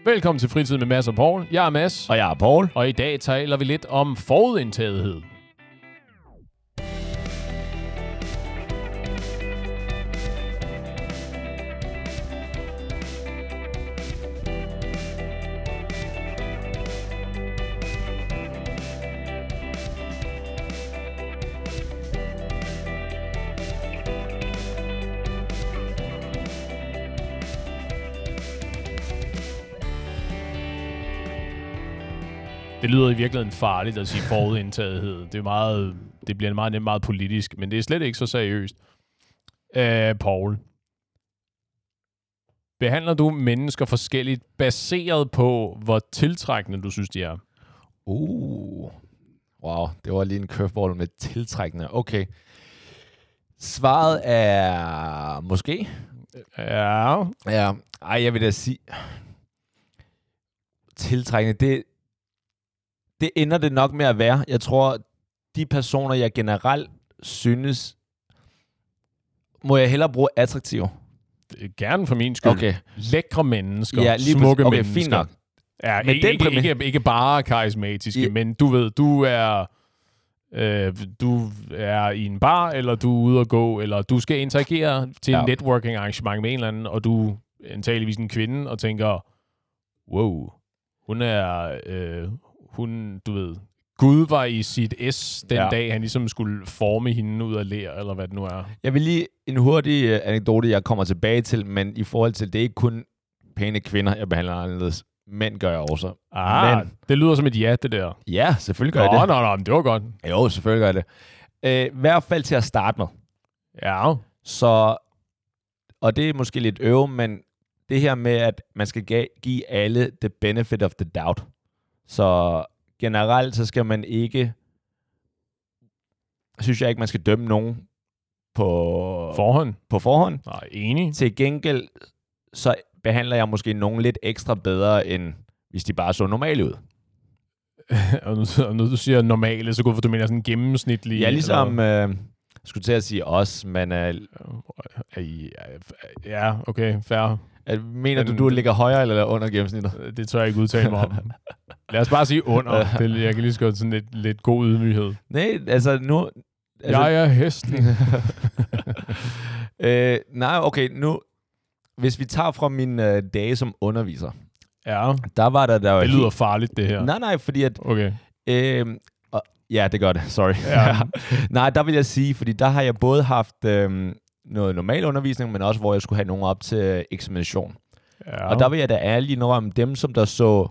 Velkommen til Fritid med Mads og Paul. Jeg er Mads. Og jeg er Paul. Og i dag taler vi lidt om forudindtagethed. Det lyder i virkeligheden farligt at sige forudindtagethed. Det bliver meget nemt meget politisk, men det er slet ikke så seriøst. Paul, behandler du mennesker forskelligt baseret på, hvor tiltrækkende du synes, de er? Wow, det var lige en curveball med tiltrækkende. Okay. Svaret er måske. Ja. Ja. Ej, jeg vil da sige tiltrækkende. Det ender det nok med at være. Jeg tror, de personer, jeg generelt synes, må jeg hellere bruge attraktive. Gerne for min skyld. Okay. Lækre mennesker. Ja, smukke okay, mennesker. Fint nok. Ja, ikke bare karismatiske, men du ved, du er i en bar, eller du er ude at gå, eller du skal interagere til en networking arrangement med en eller anden, og du er antageligvis en kvinde, og tænker, wow, hun, du ved, Gud var i sit S den dag, han ligesom skulle forme hende ud af ler, eller hvad det nu er. Jeg vil lige en hurtig anekdote, jeg kommer tilbage til, men i forhold til, det er ikke kun pæne kvinder, jeg behandler anderledes. Mænd gør jeg også. Men det lyder som et ja, det der. Ja, selvfølgelig gør jeg det. Nå, det var godt. Jo, selvfølgelig gør jeg det. I hvert fald til at starte med. Ja. Så, og det er måske lidt men det her med, at man skal give alle the benefit of the doubt. Så generelt, så skal man ikke, synes jeg ikke, man skal dømme nogen på forhånd. Nej, enig. Til gengæld, så behandler jeg måske nogen lidt ekstra bedre, end hvis de bare så normale ud. og nu du siger normale, så går du mener sådan gennemsnitlige. Ja, ligesom, skulle til at sige os, men... ja, okay, fair. Mener du ligger højere eller under gennemsnittet? Det tør jeg ikke udtale mig om. Lad os bare sige under. Jeg kan lige så godt sådan lidt god ydmyghed. Nej, altså nu... Jeg er hesten. Nej, okay, nu... Hvis vi tager fra mine dage som underviser, der var der det lyder farligt, det her. Nej, fordi at... Okay. Ja, det gør det. Sorry. Ja. Nej, der vil jeg sige, fordi der har jeg både haft noget normal undervisning, men også hvor jeg skulle have nogen op til eksamination. Ja. Og der vil jeg da ærligt indrømme, dem som der så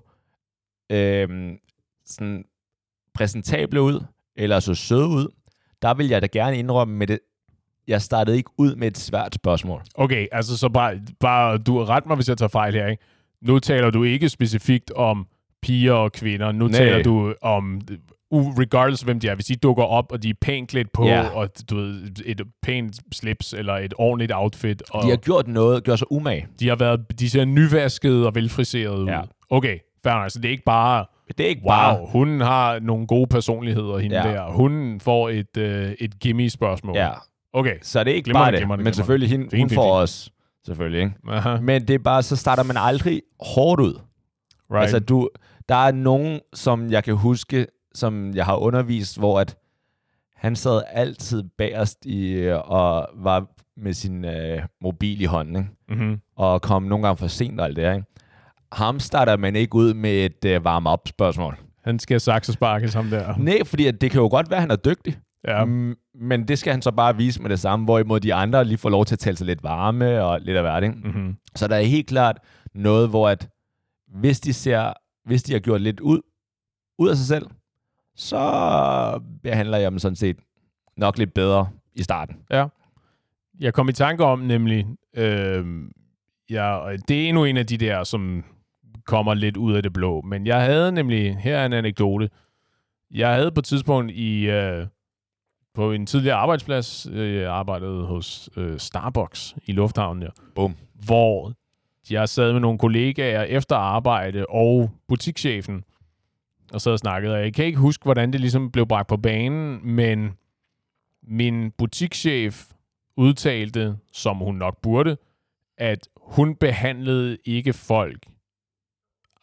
sådan præsentable ud, eller så søde ud, der vil jeg da gerne indrømme med det. Jeg startede ikke ud med et svært spørgsmål. Okay, altså så bare du ret mig, hvis jeg tager fejl her, ikke? Nu taler du ikke specifikt om piger og kvinder. Nu taler du om, regardless af hvem de er, hvis de dukker op, og de er pænt klædt på, og du ved, et pænt slips, eller et ordentligt outfit. Og de har gjort sig umage. De ser nyvaskede og velfriserede ud. Okay, fair nok. Så det er ikke bare... bare... hun har nogle gode personligheder, hende der. Hun får et gimme-spørgsmål. Ja. Okay. Så det er ikke bare det, men selvfølgelig hun får os. Selvfølgelig, ikke? Aha. Men det er bare, så starter man aldrig hårdt ud. Right. Altså, der er nogen, som jeg kan huske, som jeg har undervist, hvor at han sad altid bagerst og var med sin mobil i hånden, ikke? Mm-hmm. Og kom nogle gange for sent og alt det her, ikke? Ham starter man ikke ud med et varm-up-spørgsmål. Han skal saksesparkes ham der. Nej, fordi det kan jo godt være, at han er dygtig. Ja. Men det skal han så bare vise med det samme, hvorimod de andre lige får lov til at tale sig lidt varme og lidt af hvert, ikke? Mm-hmm. Så der er helt klart noget, hvor at hvis de har gjort lidt ud af sig selv, så behandler jeg dem sådan set nok lidt bedre i starten. Ja. Jeg kom i tanke om nemlig, det er endnu en af de der, som kommer lidt ud af det blå, men jeg havde nemlig, her er en anekdote, jeg havde på et tidspunkt på en tidligere arbejdsplads, jeg arbejdede hos Starbucks i lufthavnen der, hvor jeg sad med nogle kollegaer efter arbejde og butikschefen, og sad og snakkede, og jeg kan ikke huske, hvordan det ligesom blev bragt på banen, men min butikschef udtalte, som hun nok burde, at hun behandlede ikke folk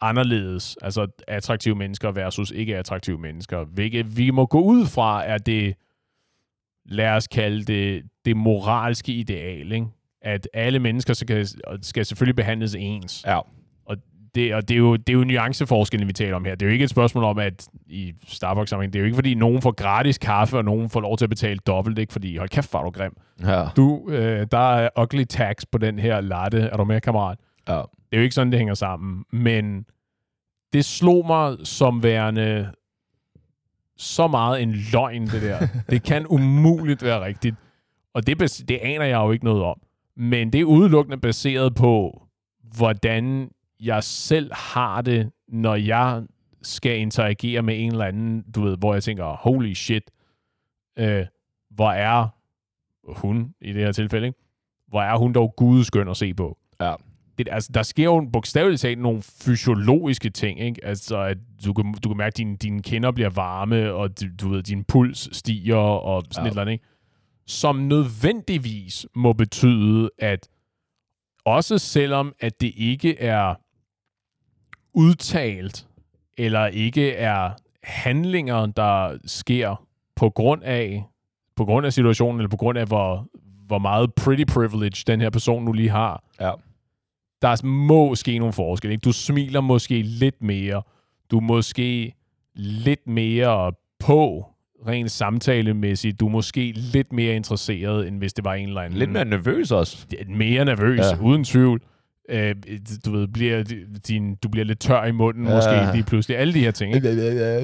anderledes. Altså attraktive mennesker versus ikke attraktive mennesker. Hvilket vi må gå ud fra, er det, lad os kalde det moralske ideal, ikke? At alle mennesker skal selvfølgelig behandles ens. Ja. Og det er jo nuanceforskellen, vi taler om her. Det er jo ikke et spørgsmål om, at i Starbucks-sammenhæng, det er jo ikke, fordi nogen får gratis kaffe, og nogen får lov til at betale dobbelt, ikke? Fordi, hold kæft, var du grim. Ja. Der er ugly tax på den her latte. Er du med, kammerat? Ja. Det er jo ikke sådan, det hænger sammen. Men det slog mig som værende så meget en løgn, det der. Det kan umuligt være rigtigt. Og det aner jeg jo ikke noget om. Men det er udelukkende baseret på, hvordan jeg selv har det, når jeg skal interagere med en eller anden, du ved, hvor jeg tænker, holy shit, hvor er hun i det her tilfælde, ikke? Hvor er hun dog gudeskøn at se på. Ja. Altså, der sker jo bogstaveligt talt nogle fysiologiske ting, ikke? Altså, at du kan mærke, at dine kinder bliver varme, og du ved, din puls stiger, og sådan et eller andet, ikke? Som nødvendigvis må betyde, at også selvom, at det ikke er udtalt, eller ikke er handlinger, der sker på grund af situationen, eller på grund af, hvor meget pretty privilege den her person nu lige har. Ja. Der må ske nogle forskelle, ikke? Du smiler måske lidt mere. Du er måske lidt mere på rent samtalemæssigt. Du er måske lidt mere interesseret, end hvis det var en eller anden... Lidt mere nervøs også. Mere nervøs, uden tvivl. Du ved, du bliver lidt tør i munden, måske lige pludselig. Alle de her ting, ikke?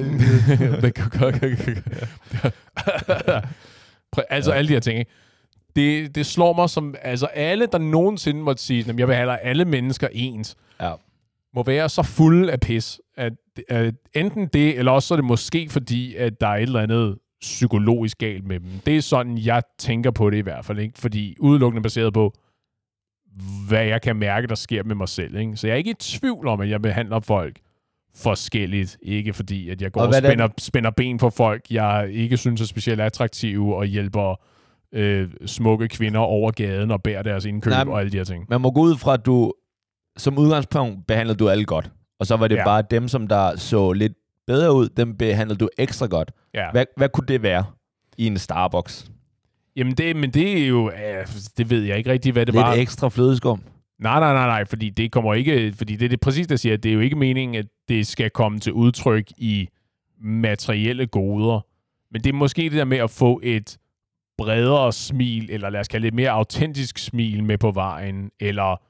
Altså alle de her ting, ikke? Det slår mig som... Altså alle, der nogensinde måtte sige, at jeg behandler alle mennesker ens, må være så fulde af pis, at enten det, eller også så er det måske fordi, at der er et eller andet psykologisk galt med dem. Det er sådan, jeg tænker på det i hvert fald, ikke? Fordi udelukkende baseret på, hvad jeg kan mærke, der sker med mig selv, ikke? Så jeg er ikke i tvivl om, at jeg behandler folk forskelligt. Ikke fordi, at jeg går og spænder ben på folk, jeg ikke synes er specielt attraktive, og hjælper smukke kvinder over gaden og bærer deres indkøb og alle de her ting. Man må gå ud fra, at du som udgangspunkt behandlede du alle godt. Og så var det bare dem, som der så lidt bedre ud, dem behandlede du ekstra godt. Ja. Hvad kunne det være i en Starbucks? Jamen det er jo... det ved jeg ikke rigtig, hvad det var. Lidt ekstra flødeskum? Nej, fordi det kommer ikke... Fordi det er præcis, der siger, at det er jo ikke meningen, at det skal komme til udtryk i materielle goder. Men det er måske det der med at få et bredere smil, eller lad os kalde det et mere autentisk smil med på vejen, eller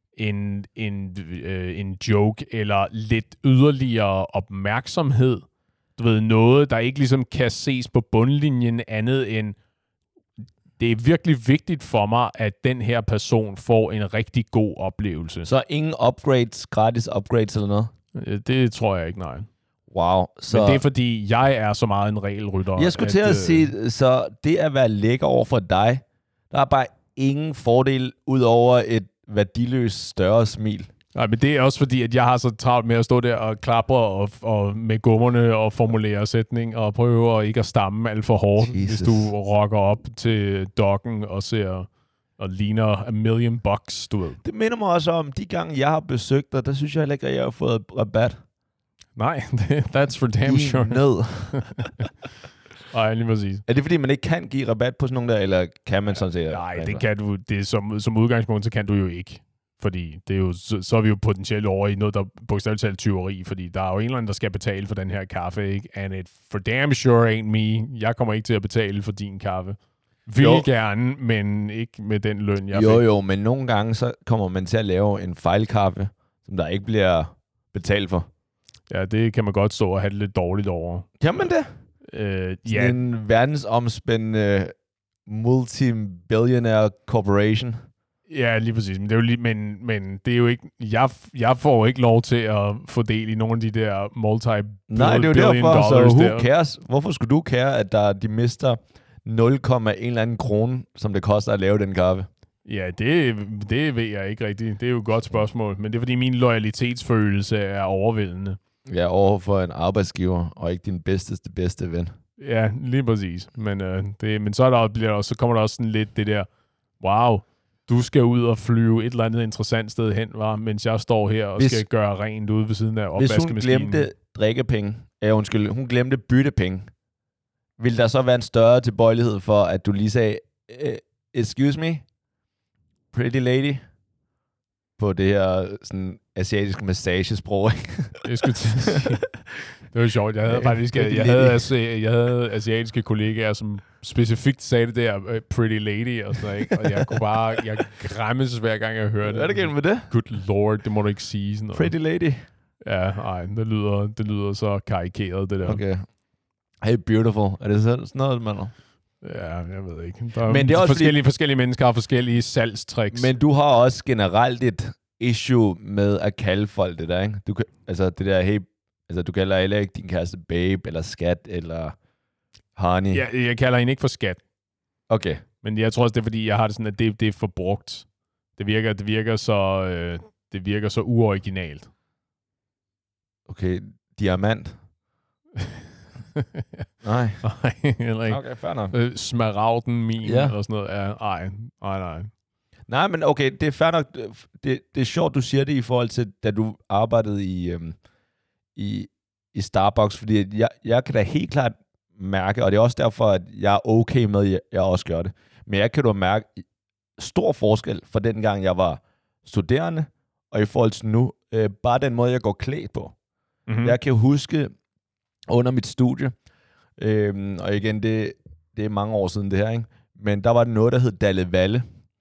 en joke, eller lidt yderligere opmærksomhed. Du ved, noget, der ikke ligesom kan ses på bundlinjen andet end, det er virkelig vigtigt for mig, at den her person får en rigtig god oplevelse. Så ingen upgrades, gratis upgrades eller noget? Det tror jeg ikke, nej. Wow. Så... Men det er fordi, jeg er så meget en regelrytter. Jeg skulle til at sige, så det at være lækker over for dig, der er bare ingen fordel ud over et værdiløst større smil. Nej, men det er også fordi, at jeg har så travlt med at stå der og klapre og med gummerne og formulere sætning og prøve at ikke at stamme alt for hårdt, hvis du rocker op til dokken og ser og ligner $1 million, du ved. Det minder mig også om, de gange jeg har besøgt dig, der synes jeg heller ikke, at jeg har fået rabat. Nej, that's for damn sure. Ned. Nej, lige præcis. Er det fordi, man ikke kan give rabat på sådan nogle der, eller kan man sådan set? Nej, det kan du. Det som udgangspunkt, så kan du jo ikke. Fordi det er jo, så er vi jo potentielt over i noget, der bogstaveligt talt tyveri, fordi der er jo en eller anden, der skal betale for den her kaffe, ikke? And it for damn sure ain't me. Jeg kommer ikke til at betale for din kaffe. Vil gerne, men ikke med den løn, jeg fik. Jo, men nogle gange, så kommer man til at lave en fejlkaffe, som der ikke bliver betalt for. Ja, det kan man godt stå og have det lidt dårligt over. Kan man det? Ja. En verdensomspændende multi-billionaire corporation. Ja, lige præcis. Men det er jo, men det er jo ikke... Jeg får jo ikke lov til at få del i nogle af de der multi-billion Nej, det er jo derfor, dollars. Så who cares? Hvorfor skulle du care, at de mister 0,1 krone, som det koster at lave den kaffe? Ja, det ved jeg ikke rigtigt. Det er jo et godt spørgsmål. Men det er, fordi min loyalitetsfølelse er overvældende. Ja, over for en arbejdsgiver, og ikke din bedste ven. Ja, lige præcis. Men så kommer der også sådan lidt det der, wow, du skal ud og flyve et eller andet interessant sted hen, mens jeg står her og skal gøre rent ude ved siden af opvaskemaskinen. Hvis hun glemte drikkepenge, hun glemte byttepenge, vil der så være en større tilbøjelighed for, at du lige sagde, excuse me, pretty lady, på det her sådan asiatiske massagesprog, ikke? Jeg skulle til at sige. Det var sjovt. Jeg havde faktisk jeg havde asiatiske kollegaer, som specifikt sagde det der pretty lady og sådan noget, ikke? Og jeg græmmes hver gang jeg hører det. Hvad er det gennem med det? Good lord, det må du ikke sige sådan noget. Pretty lady. Ja, nej, det lyder så karikeret, det der. Okay. Hey, beautiful. Er det sådan noget, man? Ja, jeg ved ikke. Men det er også forskellige mennesker har forskellige salgstricks. Men du har også generelt et issue med at kalde folk det der, ikke? Det der, hey, du kalder heller ikke din kæreste babe, eller skat, eller honey. Ja, jeg kalder hende ikke for skat. Okay. Men jeg tror også, det er fordi, jeg har det sådan, at det er for brugt. Det virker så uoriginalt. Okay, diamant. Nej. Eller ikke. Okay, fair nok. Smaragden min, eller sådan noget. Ja, nej. Nej, men okay, det er fair nok. Det er sjovt, du siger det i forhold til, da du arbejdede i Starbucks, fordi jeg kan da helt klart mærke, og det er også derfor, at jeg er okay med, at jeg også gør det. Men jeg kan da mærke stor forskel fra den gang, jeg var studerende, og i forhold til nu, bare den måde, jeg går klædt på. Mm-hmm. Jeg kan huske under mit studie, og igen, det er mange år siden det her, ikke? Men der var noget, der hed Dalle Valle.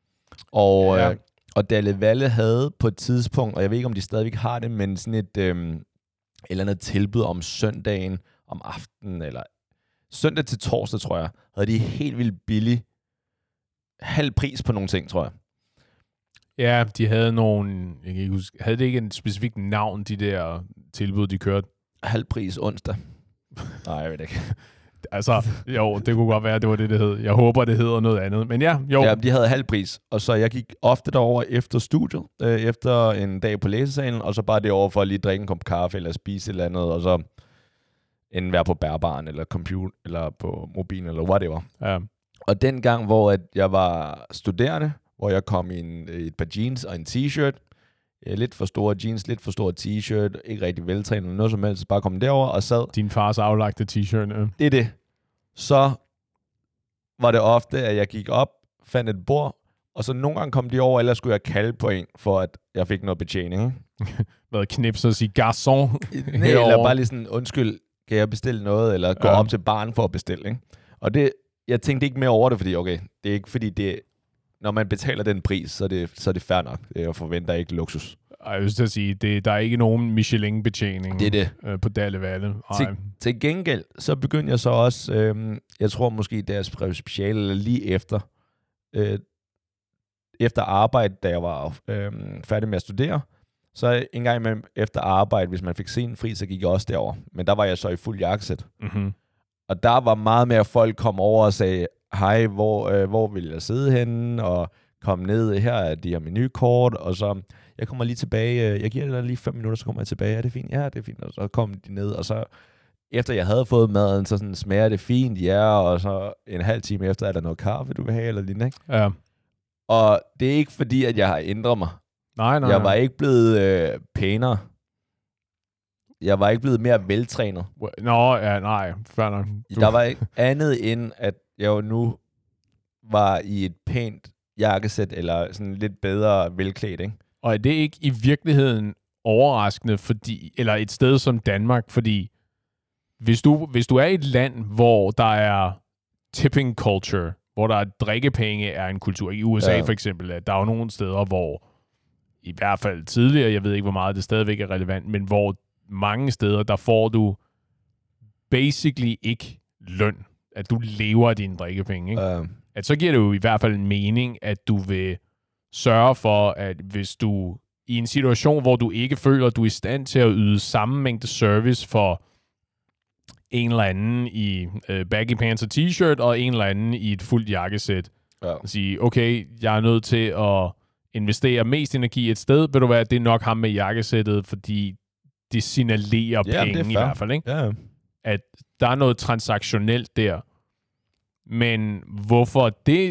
Og Dalle Valle havde på et tidspunkt, og jeg ved ikke, om de stadigvæk har det, men sådan et eller andet tilbud om søndagen, om aftenen, eller søndag til torsdag, tror jeg, havde de helt vildt billig halv pris på nogle ting, tror jeg. Ja, de havde nogle, jeg kan ikke huske, havde det ikke en specifik navn, de der tilbud, de kørte? Halv pris onsdag. Nej, jeg ved ikke. Altså, jo, det kunne godt være, det var det hed. Jeg håber, det hedder noget andet. Men ja, jo. Ja, de havde halv pris. Og så jeg gik ofte derover efter studiet, efter en dag på læsesalen, og så bare derover for at lige drikke en kop kaffe, eller spise et eller andet, og så enten være på bærbaren, eller computer, eller på mobilen, eller whatever. Ja. Og den gang, hvor at jeg var studerende, hvor jeg kom i et par jeans og en t-shirt, lidt for store jeans, lidt for stor t-shirt, ikke rigtig veltrænet eller noget som helst, bare kom derover og sad. Din fars aflagte t-shirt, ja. Det er det. Så var det ofte, at jeg gik op, fandt et bord, og så nogle gange kom de over, eller skulle jeg kalde på en, for at jeg fik noget betjening. Hvad knipser og sige garçon? Nej, eller bare lige sådan, undskyld, kan jeg bestille noget, eller gå op til baren for at bestille, ikke? Og det, jeg tænkte ikke mere over det, fordi okay, det er ikke fordi det, når man betaler den pris, så er det fair nok. Jeg forventer ikke luksus. Jeg vil til sige, der er ikke nogen Michelin-betjening det er det. På Dalle Valle. Til gengæld, så begyndte jeg så også, jeg tror måske, da jeg skrev speciale, eller lige efter arbejde, da jeg var færdig med at studere, så en gang imellem efter arbejde, hvis man fik sen fri, så gik jeg også derover. Men der var jeg så i fuld jakkesæt. Mm-hmm. Og der var meget mere, at folk kom over og sagde, hej, hvor vil jeg sidde henne, og kom ned, her er de her menukort, og så, jeg kommer lige tilbage, jeg giver dig lige 5 minutter, så kommer jeg tilbage, er det fint? Ja, det er fint, og så kom de ned, og så, efter jeg havde fået maden, så sådan, smager det fint, ja, og så en halv time efter, er der noget kaffe, du vil have, eller lignende, ikke? Ja. Og det er ikke fordi, at jeg har ændret mig. Nej. Jeg var ikke blevet pænere. Jeg var ikke blevet mere veltrænet. Nå, ja, nej, fair nok. Der var ikke andet end, at jeg jo nu var i et pænt jakkesæt, eller sådan lidt bedre velklædt, ikke? Og er det ikke i virkeligheden overraskende, eller et sted som Danmark, fordi hvis du er i et land, hvor der er tipping culture, hvor der er drikkepenge er en kultur, i USA for eksempel, at der er jo nogle steder, hvor i hvert fald tidligere, jeg ved ikke, hvor meget det stadigvæk er relevant, men hvor mange steder, der får du basically ikke løn, at du lever af dine drikkepenge, ikke? At så giver det jo i hvert fald en mening, at du vil sørge for, at hvis du i en situation, hvor du ikke føler, at du er i stand til at yde samme mængde service for en eller anden i baggy pants og t-shirt, og en eller anden i et fuldt jakkesæt, at sige, okay, jeg er nødt til at investere mest energi et sted, vil du være, det er nok ham med jakkesættet, fordi det signalerer penge i hvert fald, ikke? Ja. At der er noget transaktionelt der. Men hvorfor det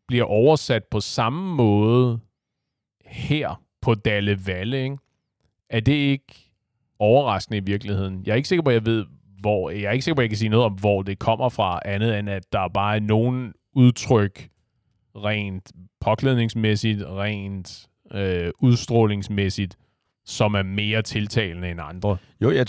bliver oversat på samme måde her på Dalle Valle, ikke? Er det ikke overraskende i virkeligheden? Jeg er ikke sikker på, at jeg er ikke sikker på, at jeg kan sige noget om, hvor det kommer fra, andet end at der bare er nogen udtryk rent påklædningsmæssigt, rent udstrålingsmæssigt, som er mere tiltalende end andre. Jo, jeg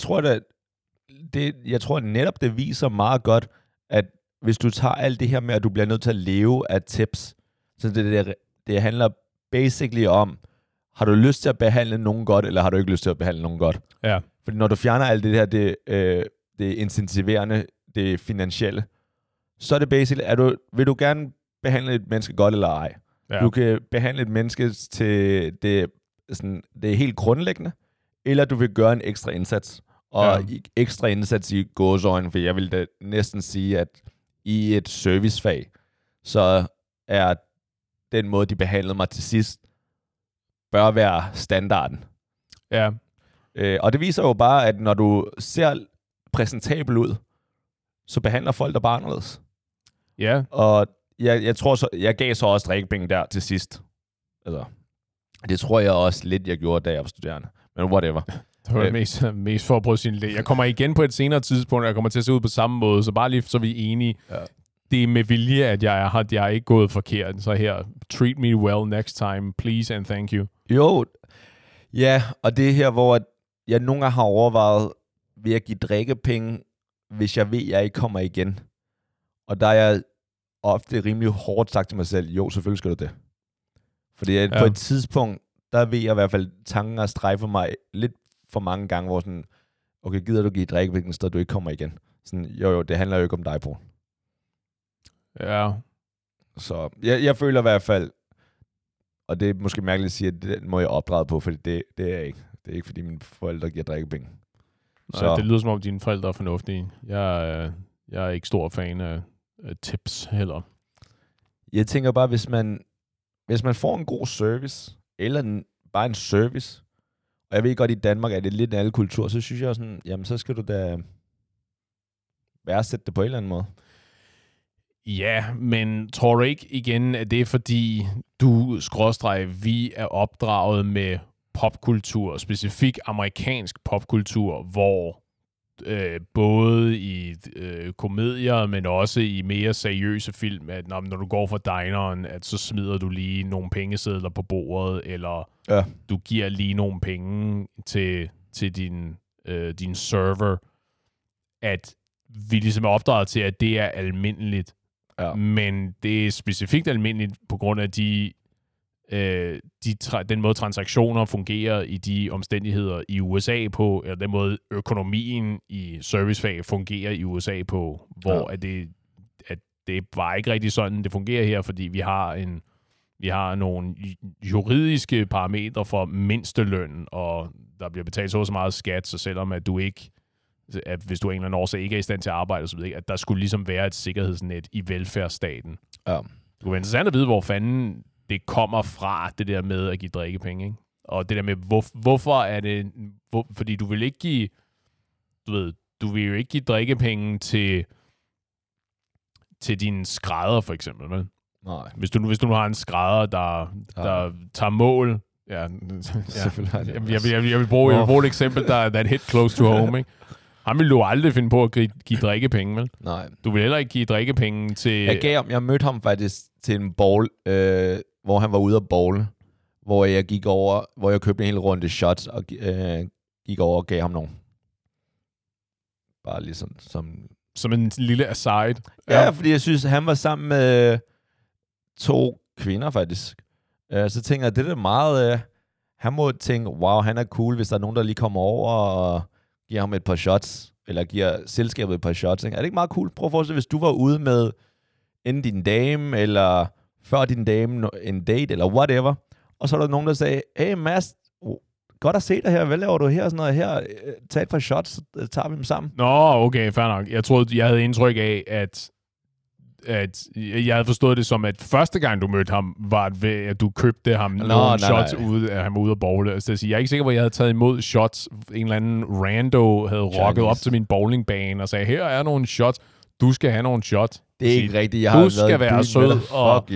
tror netop, det viser meget godt, at hvis du tager alt det her med, at du bliver nødt til at leve af tips, så det handler basically om, har du lyst til at behandle nogen godt, eller har du ikke lyst til at behandle nogen godt? Ja. Fordi når du fjerner alt det her, det incentiverende, det finansielle, så er det basically, vil du gerne behandle et menneske godt eller ej? Ja. Du kan behandle et menneske til det er helt grundlæggende, eller du vil gøre en ekstra indsats. Og ekstra indsats i gåseøjne, for jeg vil da næsten sige, at i et servicefag, så er den måde, de behandlede mig til sidst, bør være standarden. Ja. Og det viser jo bare, at når du ser præsentabel ud, så behandler folk dig bare anderledes. Ja. Og jeg tror så, jeg gav så også drikkepenge der til sidst. Altså, det tror jeg også lidt, jeg gjorde, da jeg var studerende. Men whatever. Det var mest for at prøve sin idé. Jeg kommer igen på et senere tidspunkt, og jeg kommer til at se ud på samme måde, så bare lige så vi er enige. Ja. Det er med vilje, at jeg er ikke gået forkert. Så her, treat me well next time, please and thank you. Jo, ja, og det er her, hvor jeg nogle gange har overvejet, vil jeg give drikkepenge, hvis jeg ved, at jeg ikke kommer igen. Og der er jeg ofte rimelig hårdt sagt til mig selv, jo, selvfølgelig skal du det. Fordi på et tidspunkt, der ved jeg i hvert fald, tanken at strejfe mig lidt for mange gange, hvor sådan, okay, gider du give drikkepenge, så du ikke kommer igen? Sådan, jo, det handler jo ikke om dig, Paul. Ja. Så jeg føler i hvert fald, og det er måske mærkeligt at sige, at det må jeg opdrage på, for det er jeg ikke. Det er ikke, fordi mine forældre giver drikkepenge. Nej, det lyder som om, dine forældre er fornuftige. Jeg er ikke stor fan af tips heller. Jeg tænker bare, hvis man får en god service, eller bare en service, og jeg ved godt, i Danmark er det lidt en alle kultur, så synes jeg sådan, jamen så skal du da værdsætte det på en eller anden måde. Ja, men tror du ikke igen, at det er fordi, vi er opdraget med popkultur, specifik amerikansk popkultur, hvor både i komedier, men også i mere seriøse film, at når du går fra dineren, at så smider du lige nogle pengesedler på bordet, eller du giver lige nogle penge til din server, at vi ligesom er opdraget til, at det er almindeligt. Ja. Men det er specifikt almindeligt på grund af den måde transaktioner fungerer i de omstændigheder i USA på, eller den måde økonomien i servicefag fungerer i USA på, hvor at det var ikke rigtig sådan, det fungerer her, fordi vi har nogle juridiske parametre for mindsteløn, og der bliver betalt så meget skat, så selvom at hvis du af en eller anden årsag ikke er i stand til at arbejde, så ved jeg, at der skulle ligesom være et sikkerhedsnet i velfærdsstaten. Ja. Det kunne være interessant at vide, hvor fanden det kommer fra, det der med at give drikkepenge, ikke? Og det der med, hvorfor er det... fordi du vil ikke give... Du vil jo ikke give drikkepenge til din skrædder, for eksempel, vel? Nej. Hvis du nu har en skrædder, der tager mål... Ja, jeg vil bruge et eksempel, der er hit close to home, ikke? Han ville du aldrig finde på at give drikkepenge, vel? Nej. Du vil heller ikke give drikkepenge til... Jeg mødte ham faktisk til en bowl, hvor han var ude at bowle, hvor jeg købte en hel runde shots, og gik over og gav ham nogle. Bare ligesom som en lille aside. Ja, fordi jeg synes, han var sammen med 2 kvinder, faktisk. Så tænker jeg, det er meget... han må tænke, wow, han er cool, hvis der er nogen, der lige kommer over og giver ham et par shots, eller giver selskabet et par shots. Ikke? Er det ikke meget cool? Prøv at forestille, hvis du var ude med inden din dame, eller før din dame, en date, eller whatever, og så er der nogen, der sagde, hey Mads, godt at se dig her, hvad laver du her? Sådan noget her, tag et par shots, så tager vi dem sammen. Nå, okay, fair nok. Jeg troede, jeg havde indtryk af, at jeg havde forstået det som, at første gang, du mødte ham, var at du købte ham nogle shots ude, at han var ude af bowle. Altså, jeg er ikke sikker på, at jeg havde taget imod shots. En eller anden rando havde rocket op til min bowlingbane og sagde, her er nogle shots. Du skal have nogle shots. Det er ikke rigtigt. Jeg har du skal være sød. Fuck you.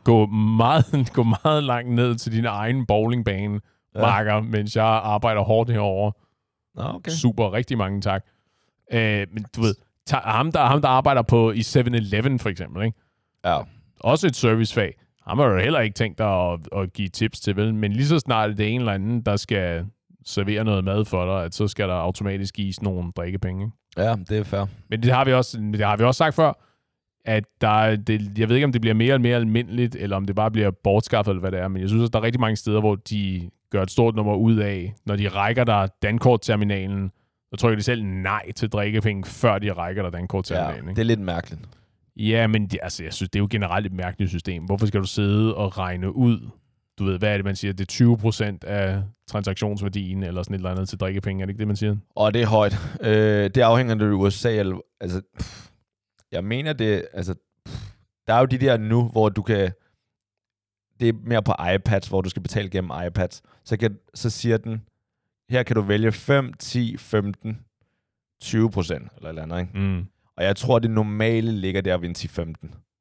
gå meget langt ned til din egen bowlingbane, marker, mens jeg arbejder hårdt herovre. Okay. Super, rigtig mange tak. Men du ved, ham der arbejder på i 7-Eleven for eksempel, ikke? Ja. Også et servicefag. Ham har jo heller ikke tænkt dig at give tips til, vel? Men lige så snart det er en eller anden, der skal servere noget mad for dig, at så skal der automatisk gives nogle drikkepenge. Ja, det er fair. Men det har vi også sagt før, at jeg ved ikke, om det bliver mere og mere almindeligt, eller om det bare bliver bortskaffet, eller hvad det er, men jeg synes, at der er rigtig mange steder, hvor de gør et stort nummer ud af, når de rækker dig dankortterminalen, så trykker de selv nej til drikkepenge, før de rækker dig dankortterminalen. Ja, det er lidt mærkeligt. Ja, men jeg synes, det er jo generelt et mærkeligt system. Hvorfor skal du sidde og regne ud? Du ved, hvad er det, man siger? Det er 20% af transaktionsværdien, eller sådan et eller andet til drikkepenge. Er det ikke det, man siger? Og det er højt. Det afhænger af USA. Altså, jeg mener det... Altså, der er jo de der nu, hvor du kan... Det er mere på iPads, hvor du skal betale gennem iPads. Så siger den, her kan du vælge 5, 10, 15, 20% eller et eller andet, ikke? Mm. Og jeg tror, det normale ligger der ved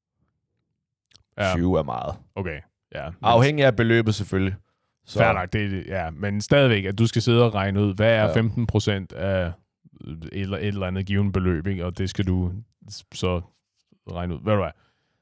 10-15. Ja. 20 er meget. Okay, ja. Afhængig af beløbet selvfølgelig. Fair nok, ja. Men stadigvæk, at du skal sidde og regne ud, hvad er 15% af et eller andet given beløb, ikke? Og det skal du så regne ud. Hvad du er?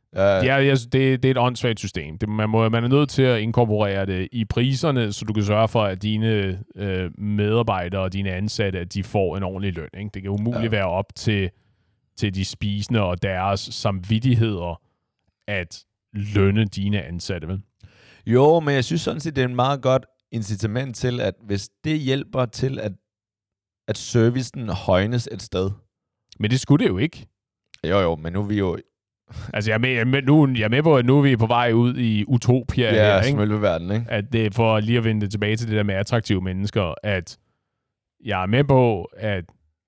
Det er et åndssvagt system. Man er nødt til at inkorporere det i priserne, så du kan sørge for, at dine medarbejdere og dine ansatte, at de får en ordentlig løn. Ikke? Det kan umuligt være op til de spisende og deres samvittigheder at lønne dine ansatte, vel? Jo, men jeg synes sådan set, det er en meget godt incitament til, at hvis det hjælper til, at servicen højnes et sted. Men det skulle det jo ikke. Jo, men nu er vi jo... Altså, jeg er med på, at nu er vi på vej ud i utopia. Ja, her, ikke? smølveverden, ikke? At det for lige at vende det tilbage til det der med attraktive mennesker, at jeg er med på, at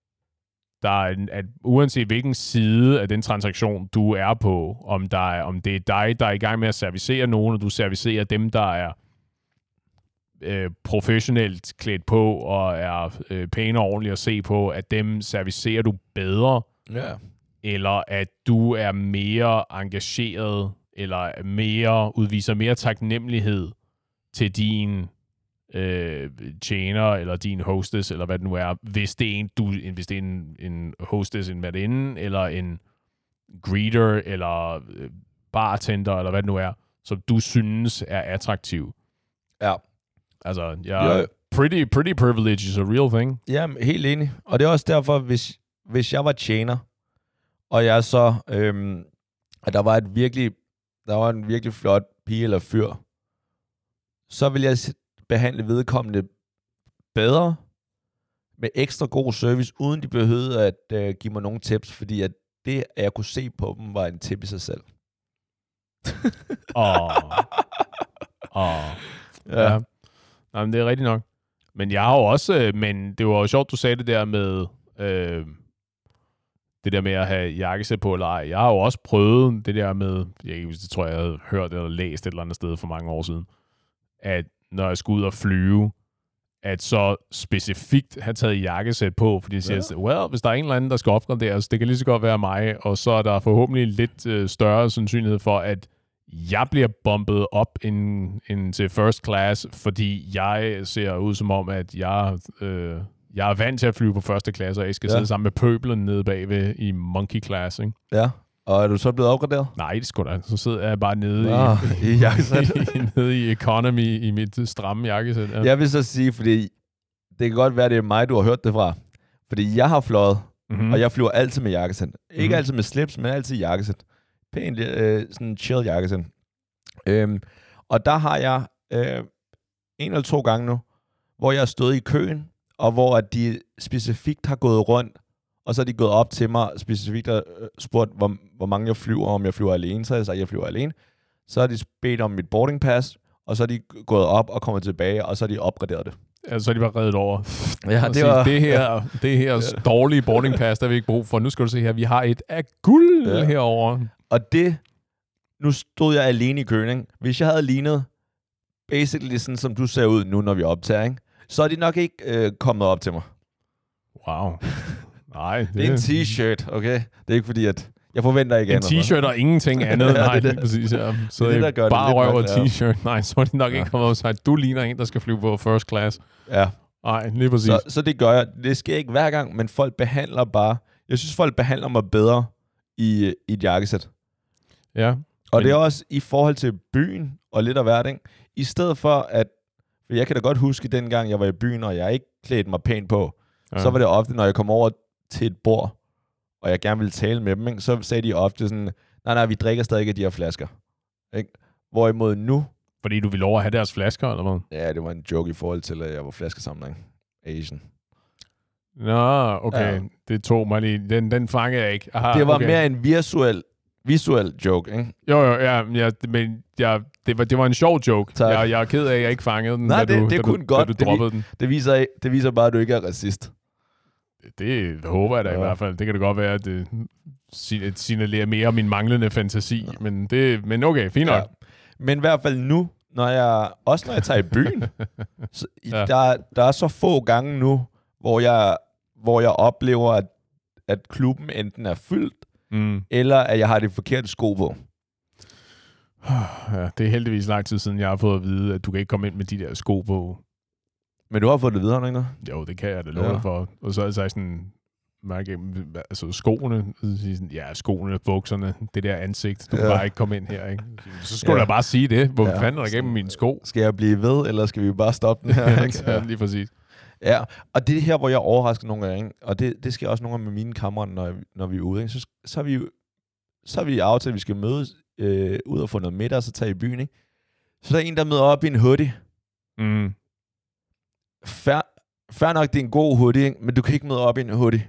at uanset hvilken side af den transaktion, du er på, om det er dig, der er i gang med at servicere nogen, og du servicerer dem, der er professionelt klædt på, og er pæne og ordentlige at se på, at dem servicerer du bedre, eller at du er mere engageret, eller udviser mere taknemmelighed til din tjener, eller din hostess, eller hvad det nu er, hvis det er en hostess, en værtinde, eller en greeter, eller bartender, eller hvad det nu er, som du synes er attraktiv. Ja. Altså, pretty privilege is a real thing. Ja, helt enig. Og det er også derfor, hvis jeg var tjener, og jeg så, at der var en virkelig flot pige eller fyr, så vil jeg behandle vedkommende bedre, med ekstra god service, uden de behøvede at give mig nogle tips, fordi at det, at jeg kunne se på dem, var en tip i sig selv. Ja. Jamen, det er rigtigt nok. Men jeg har jo også, men det var jo sjovt, du sagde det der med, det der med at have jakkesæt på eller ej. Jeg har jo også prøvet det der med, det tror jeg havde hørt eller læst et eller andet sted for mange år siden, at når jeg skulle ud og flyve, at så specifikt have taget jakkesæt på, fordi jeg siger, hvis der er en eller anden, der skal opgraderes, det kan lige så godt være mig, og så er der forhåbentlig lidt større sandsynlighed for, at jeg bliver bumpet op ind til first class, fordi jeg ser ud som om, at jeg er vant til at flyve på første klasse, og jeg skal sidde sammen med pøblen nede bagved i monkey class, ikke? Ja, og er du så blevet opgraderet? Nej, det skulle da. Så sidder jeg bare nede i jakkesæt. nede i economy i mit stramme jakkesæt. Ja. Jeg vil så sige, fordi det kan godt være, det er mig, du har hørt det fra. Fordi jeg har fløjet, og jeg flyver altid med jakkesæt. Ikke altid med slips, men altid jakkesæt. Pænt, sådan chill jakkesæt. Og der har jeg 1 eller 2 gange nu, hvor jeg har stået i køen, og hvor at de specifikt har gået rundt, og så er de gået op til mig specifikt og spurgt, hvor mange jeg flyver, om jeg flyver alene. Så har jeg sagt, at jeg flyver alene. Så har de bedt om mit boarding pass, og så er de gået op og kommet tilbage, og så har de opgraderet det. Ja, så er de bare reddet over. Ja, det her dårlige boarding pass, der har vi ikke brug for. Nu skal du se her, vi har et af guld herover. Og nu stod jeg alene i køen, ikke? Hvis jeg havde lignet basically sådan, som du ser ud nu, når vi optager, ikke? Så er de nok ikke kommet op til mig. Wow. Nej. Det er en t-shirt, okay? Det er ikke fordi, at Jeg forventer ikke en andet. t-shirt og ingenting andet. Nej, det. Præcis. Ja. Så det, der gør bare det røv og lidt t-shirt. Nej, så er det nok ikke kommet og sagt, du ligner en, der skal flyve på first class. Ja. Nej, lige præcis. Så det gør jeg. Det sker ikke hver gang, men folk behandler bare... Jeg synes, folk behandler mig bedre i et jakkesæt. Ja. Og det er også i forhold til byen og lidt af hvert, ikke? I stedet for at... For jeg kan da godt huske, dengang jeg var i byen, og jeg ikke klædte mig pænt på, så var det ofte, når jeg kom over til et bord, og jeg gerne ville tale med dem, ikke? Så sagde de ofte sådan, nej, vi drikker stadig af de her flasker. Ikke? Hvorimod nu... Fordi du ville over at have deres flasker, eller hvad? Ja, det var en joke i forhold til, at jeg var flaskesamler. Asian. Nå, okay. Ja. Det tog mig lige. Den fangede jeg ikke. Aha, det var okay. mere en visuel joke, ikke? Jo, men det var en sjov joke. Jeg er ked af, at jeg ikke fangede den, Nej, da du droppede den. Det viser bare, at du ikke er racist. Det håber jeg da i hvert fald. Det kan det godt være, at det signalerer mere om min manglende fantasi. Ja. Men okay, fint nok. Ja. Men i hvert fald nu, når jeg tager i byen, så, der er så få gange nu, hvor jeg oplever, at klubben enten er fyldt, eller at jeg har det forkerte sko på. Ja, det er heldigvis lang tid siden, jeg har fået at vide, at du kan ikke komme ind med de der sko på. Men du har fået det videre, ikke? Jo, det kan jeg da love for. Og så er det sådan, altså skoene, skoene, bukserne, det der ansigt, du kan bare ikke komme ind her, ikke? Så skulle jeg bare sige det. Hvor fanden er der gennem mine sko? Skal jeg blive ved, eller skal vi bare stoppe den her? Ikke? Ja, lige præcis. Ja, og det er her, hvor jeg overrasker nogle gange, ikke? Og det sker også nogle gange med mine kammerater, når vi er ude, ikke? Så har vi aftalt, at vi skal mødes ud og få noget middag, og så tage i byen, ikke? Så der er en, der møder op i en hoodie. Fair nok, det er en god hoodie, ikke? Men du kan ikke møde op i en hoodie.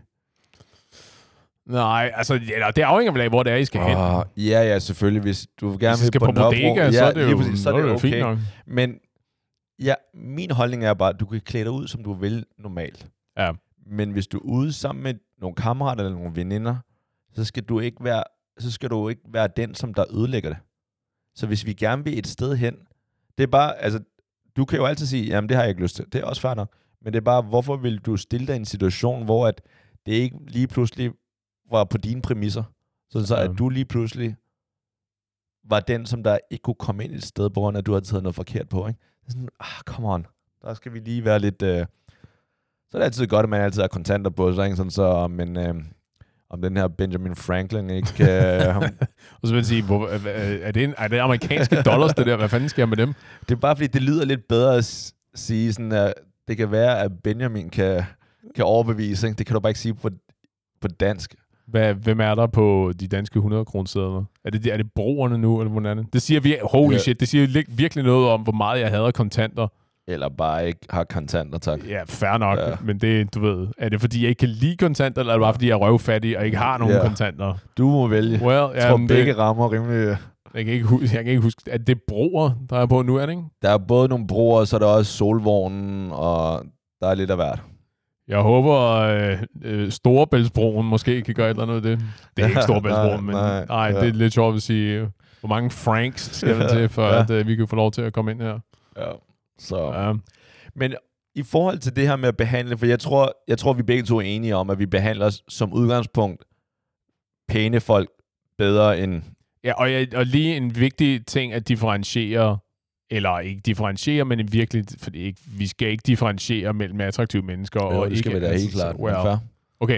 Nej, altså, det afhænger af, hvor det er, I skal hen. Ja, selvfølgelig. Hvis du gerne vil på bodega, så er det jo, præcis, så er det okay. Fint nok. Men ja, min holdning er bare, at du kan klæde dig ud, som du vil normalt. Ja. Men hvis du er ude sammen med nogle kammerater eller nogle veninder, så skal du ikke være den, som der ødelægger det. Så hvis vi gerne vil et sted hen, det er bare, altså, du kan jo altid sige, jamen det har jeg ikke lyst til. Det er også fair nok. Men det er bare, hvorfor vil du stille dig i en situation, hvor at det ikke lige pludselig var på dine præmisser, så at du lige pludselig var den, som der ikke kunne komme ind et sted, på grund af, at du havde taget noget forkert på, ikke? Sådan, come on. Der skal vi lige være lidt... Så er det altid godt, at man altid har kontanter på sig, ikke? Sådan så om den her Benjamin Franklin, ikke? Og så vil jeg sige, er det amerikanske dollars, det der? Hvad fanden sker jeg med dem? Det er bare, fordi det lyder lidt bedre at sige sådan, at det kan være, at Benjamin kan overbevise, ikke? Det kan du bare ikke sige på dansk. Hvem er der på de danske 100-kronesedler? Er det broerne nu, eller hvordan er det? Det siger shit, det siger virkelig noget om, hvor meget jeg hader kontanter. Eller bare ikke har kontanter, tak. Ja, fair nok, men det, du ved, er det fordi, jeg ikke kan lide kontanter, eller er det bare fordi, jeg er røvfattig og ikke har nogen kontanter? Du må vælge. Well, jeg tror, begge rammer rimelig... Jeg kan ikke huske, at det er broer, der er på nu, er det ikke? Der er både nogle broer, og så er der også Solvognen, og der er lidt af hvert. Jeg håber, Storebæltsbroen måske kan gøre et eller andet af det. Det er ikke Storebæltsbroen, men det er lidt sjovt at sige, hvor mange francs skal der til, for at vi kan få lov til at komme ind her. Ja, så... Men i forhold til det her med at behandle, for jeg tror vi begge to er enige om, at vi behandler som udgangspunkt pæne folk bedre end... Ja, og lige en vigtig ting at differentiere, eller ikke differentiere, men virkelig, fordi vi skal ikke differentiere mellem attraktive mennesker og det skal ikke... Vi da helt klart. Okay.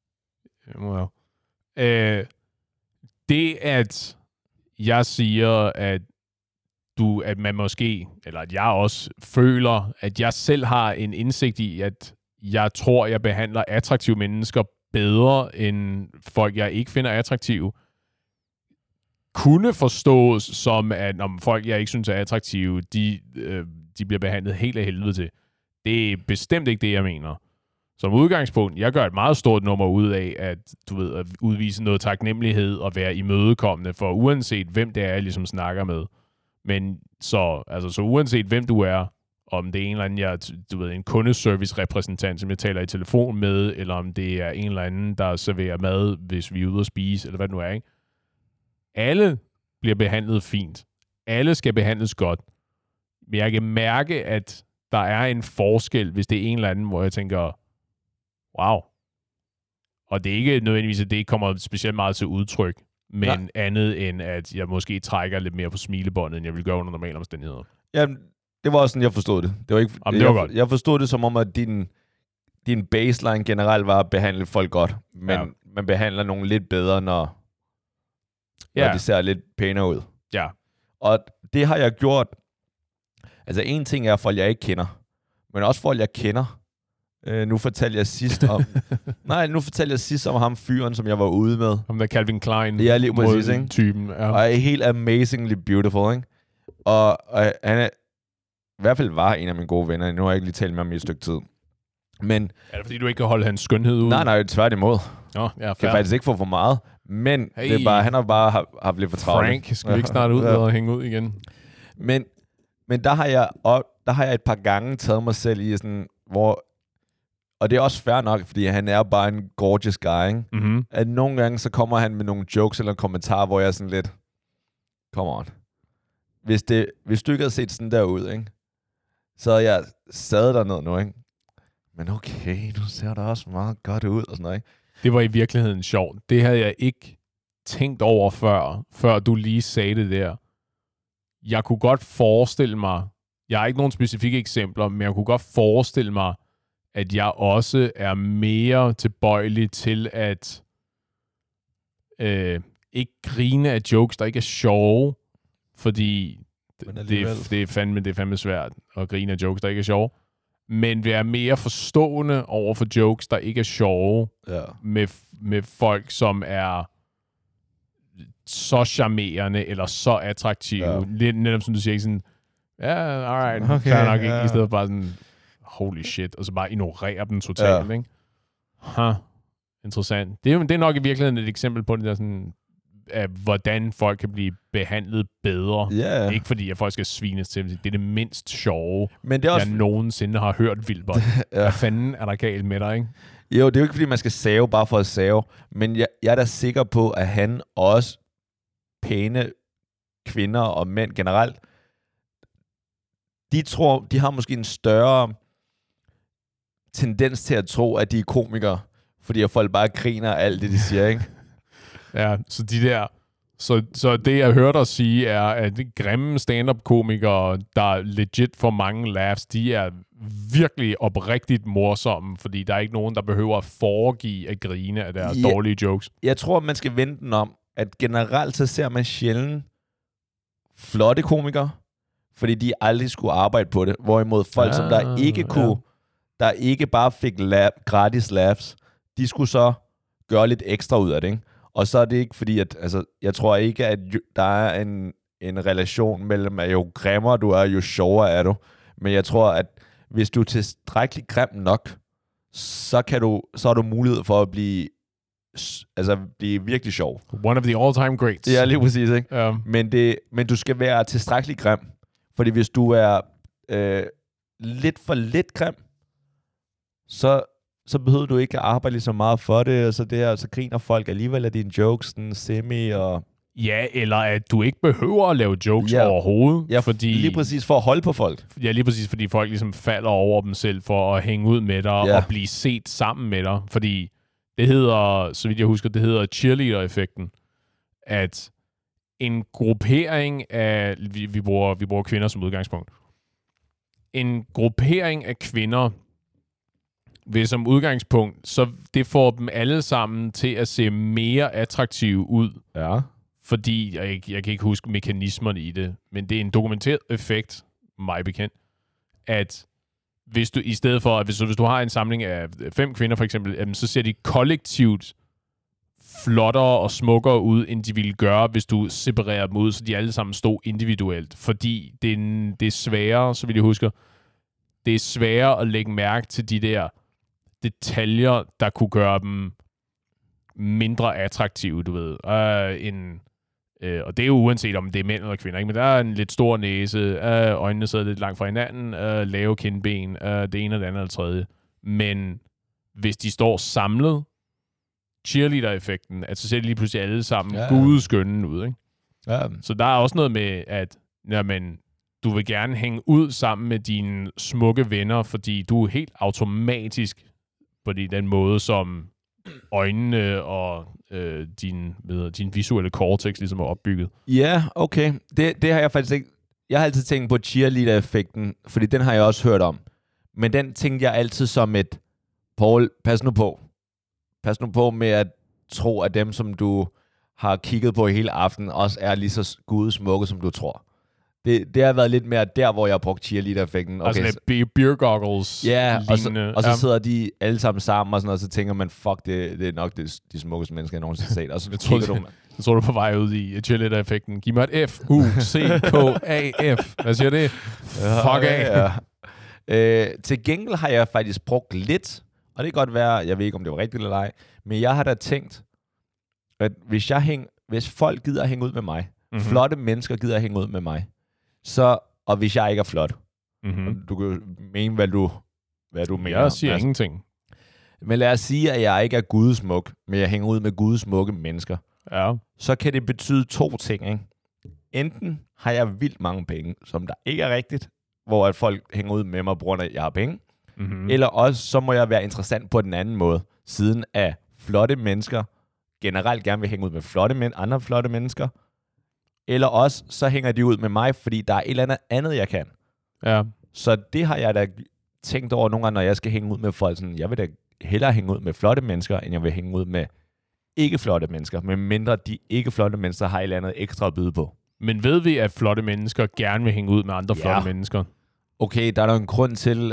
Det, at jeg siger, at man måske, eller at jeg også føler, at jeg selv har en indsigt i, at jeg tror, jeg behandler attraktive mennesker bedre end folk, jeg ikke finder attraktive, kunne forstås som, at når folk, jeg ikke synes er attraktive, de bliver behandlet helt af helvede til. Det er bestemt ikke det, jeg mener. Som udgangspunkt, jeg gør et meget stort nummer ud af, at udvise noget taknemmelighed og være imødekommende, for uanset hvem det er, jeg ligesom snakker med. Men så uanset hvem du er, om det er en eller anden, en kundeservice-repræsentant, som jeg taler i telefon med, eller om det er en eller anden, der serverer mad, hvis vi er ude at spise, eller hvad det nu er, ikke? Alle bliver behandlet fint. Alle skal behandles godt. Men jeg kan mærke, at der er en forskel, hvis det er en eller anden, hvor jeg tænker, wow. Og det er ikke nødvendigvis, at det ikke kommer specielt meget til udtryk, men andet end, at jeg måske trækker lidt mere på smilebåndet, end jeg vil gøre under normale omstændigheder. Jamen, det var også sådan, jeg forstod det. Det var ikke, Jamen, det var godt. Jeg forstod det som om, at din baseline generelt var at behandle folk godt, men man behandler nogen lidt bedre, når de ser lidt pænere ud. Ja. Og det har jeg gjort. Altså, en ting er folk, jeg ikke kender, men også folk, jeg kender. Nu fortalte jeg sidst om ham fyren, som jeg var ude med. Om der Calvin Klein. Ja, lige præcis, ikke? Typen. Ja. Og er helt amazingly beautiful, ikke? Og han er, i hvert fald var en af mine gode venner. Nu har jeg ikke lige talt med ham i et stykke tid. Men er det fordi, du ikke kan holde hans skønhed ud? Nej, tværtimod. Ja, jeg kan faktisk ikke få for meget. Men det er bare, han har bare haft lidt for travlt. Frank, skal vi ikke snart ud og hænge ud igen? Men der har jeg et par gange taget mig selv i sådan, hvor... Og det er også fair nok, fordi han er bare en gorgeous guy, ikke? Mm-hmm. At nogle gange, så kommer han med nogle jokes eller kommentarer, hvor jeg er sådan lidt... Come on. Hvis du ikke havde set sådan der ud, ikke? Så havde jeg sad derned nu, ikke? Men okay, nu ser det også meget godt ud, og sådan noget, ikke? Det var i virkeligheden sjovt. Det havde jeg ikke tænkt over før du lige sagde det der. Jeg kunne godt forestille mig, jeg har ikke nogen specifikke eksempler, men jeg kunne godt forestille mig, at jeg også er mere tilbøjelig til at ikke grine af jokes, der ikke er sjove, fordi det er fandme svært at grine af jokes, der ikke er sjove, men være mere forstående over for jokes, der ikke er sjove, med folk, som er så charmerende eller så attraktive. Lidt netop som du siger, sådan, alright, okay, fair nok ikke, i stedet for bare sådan, holy shit, og så bare ignorere dem totalt, ikke? Interessant. Det er nok i virkeligheden et eksempel på det der sådan, af hvordan folk kan blive behandlet bedre. Yeah. Ikke fordi, at folk skal svines til. Det er det mindst sjove, men det er også... jeg nogensinde har hørt, Wilbert. Hvad fanden er der galt med dig, ikke? Jo, det er jo ikke fordi, man skal save bare for at save, men jeg er da sikker på, at han også pæne kvinder og mænd generelt, de har måske en større tendens til at tro, at de er komikere, fordi at folk bare griner af alt det, de siger, ikke? Ja, så de der... Så det, jeg hørte dig sige, er, at de grimme stand-up-komikere, der legit får mange laughs, de er virkelig oprigtigt morsomme, fordi der er ikke nogen, der behøver at foregive at grine af deres dårlige jokes. Jeg tror, man skal vende den om, at generelt så ser man sjældent flotte komikere, fordi de aldrig skulle arbejde på det. Hvorimod folk, som der ikke kunne, der ikke bare fik gratis laughs, de skulle så gøre lidt ekstra ud af det, ikke? Og så er det ikke fordi, at jeg tror ikke, at der er en relation mellem, at jo grimmere du er, jo sjovere er du. Men jeg tror, at hvis du er tilstrækkeligt grim nok, så har du mulighed for at blive virkelig sjov. One of the all-time greats. Ja, lige præcis, ikke? Men du skal være tilstrækkeligt grim. Fordi hvis du er lidt for lidt grim, så behøver du ikke at arbejde lige så meget for det, og så griner folk alligevel af dine jokes, den semi og... Ja, eller at du ikke behøver at lave jokes overhovedet. Ja, fordi, lige præcis for at holde på folk. Ja, lige præcis, fordi folk ligesom falder over dem selv for at hænge ud med dig og blive set sammen med dig. Fordi det hedder, så vidt jeg husker, det hedder cheerleader-effekten. At en gruppering af... Vi bruger kvinder som udgangspunkt. En gruppering af kvinder vil som udgangspunkt, så det får dem alle sammen til at se mere attraktive ud. Ja. Fordi, jeg kan ikke huske mekanismerne i det, men det er en dokumenteret effekt, mig bekendt, at hvis du, i stedet for, at hvis du har en samling af 5 kvinder for eksempel, så ser de kollektivt flottere og smukkere ud, end de ville gøre, hvis du separerer dem ud, så de alle sammen stod individuelt. Fordi det er sværere, så vil jeg huske, det er sværere at lægge mærke til de der detaljer, der kunne gøre dem mindre attraktive, du ved. Og det er jo uanset, om det er mænd eller kvinder, ikke? Men der er en lidt stor næse, øjnene sidder lidt langt fra hinanden, lave kindben, det ene og det andet og det tredje. Men hvis de står samlet, cheerleader-effekten, at så ser de lige pludselig alle sammen gudeskønne ud, ikke? Ja. Så der er også noget med, at du vil gerne hænge ud sammen med dine smukke venner, fordi du er helt automatisk på den måde, som øjnene og din visuelle cortex ligesom er opbygget. Ja, okay. Det har jeg faktisk ikke... Jeg har altid tænkt på cheerleader-effekten, fordi den har jeg også hørt om. Men den tænkte jeg altid som et, Paul, pas nu på. Pas nu på med at tro, at dem, som du har kigget på hele aften, også er lige så gudesmukke, som du tror. Det har været lidt mere der, hvor jeg har brugt cheerleader-effekten. Okay, altså beer goggles. Ja, og så sidder de alle sammen og sådan, og så tænker man, fuck, det er nok de smukkeste mennesker, jeg nogensinde har set. Og så jeg tror du er på vej ud i cheerleader-effekten. Giv mig et F, U, C, K, A, F. Hvad siger det? Fuck af. Ja. Til gengæld har jeg faktisk brugt lidt, og det kan godt være, jeg ved ikke, om det var rigtigt eller ej, men jeg har da tænkt, at hvis folk gider at hænge ud med mig, flotte mennesker gider at hænge ud med mig, og hvis jeg ikke er flot, du kan mene, hvad du mener. Jeg siger ingenting. Men lad os sige, at jeg ikke er gudesmuk, men jeg hænger ud med gudesmukke mennesker. Ja. Så kan det betyde 2 ting, ikke? Enten har jeg vildt mange penge, som der ikke er rigtigt, hvor at folk hænger ud med mig, på grund af, at jeg har penge. Eller også, så må jeg være interessant på den anden måde, siden at flotte mennesker generelt gerne vil hænge ud med andre flotte mennesker. Eller også, så hænger de ud med mig, fordi der er et eller andet, jeg kan. Ja. Så det har jeg da tænkt over nogle gange, når jeg skal hænge ud med folk. Sådan, jeg vil da hellere hænge ud med flotte mennesker, end jeg vil hænge ud med ikke flotte mennesker. Men mindre de ikke flotte mennesker har et eller andet ekstra at byde på. Men ved vi, at flotte mennesker gerne vil hænge ud med andre flotte mennesker? Okay, der er der en grund til,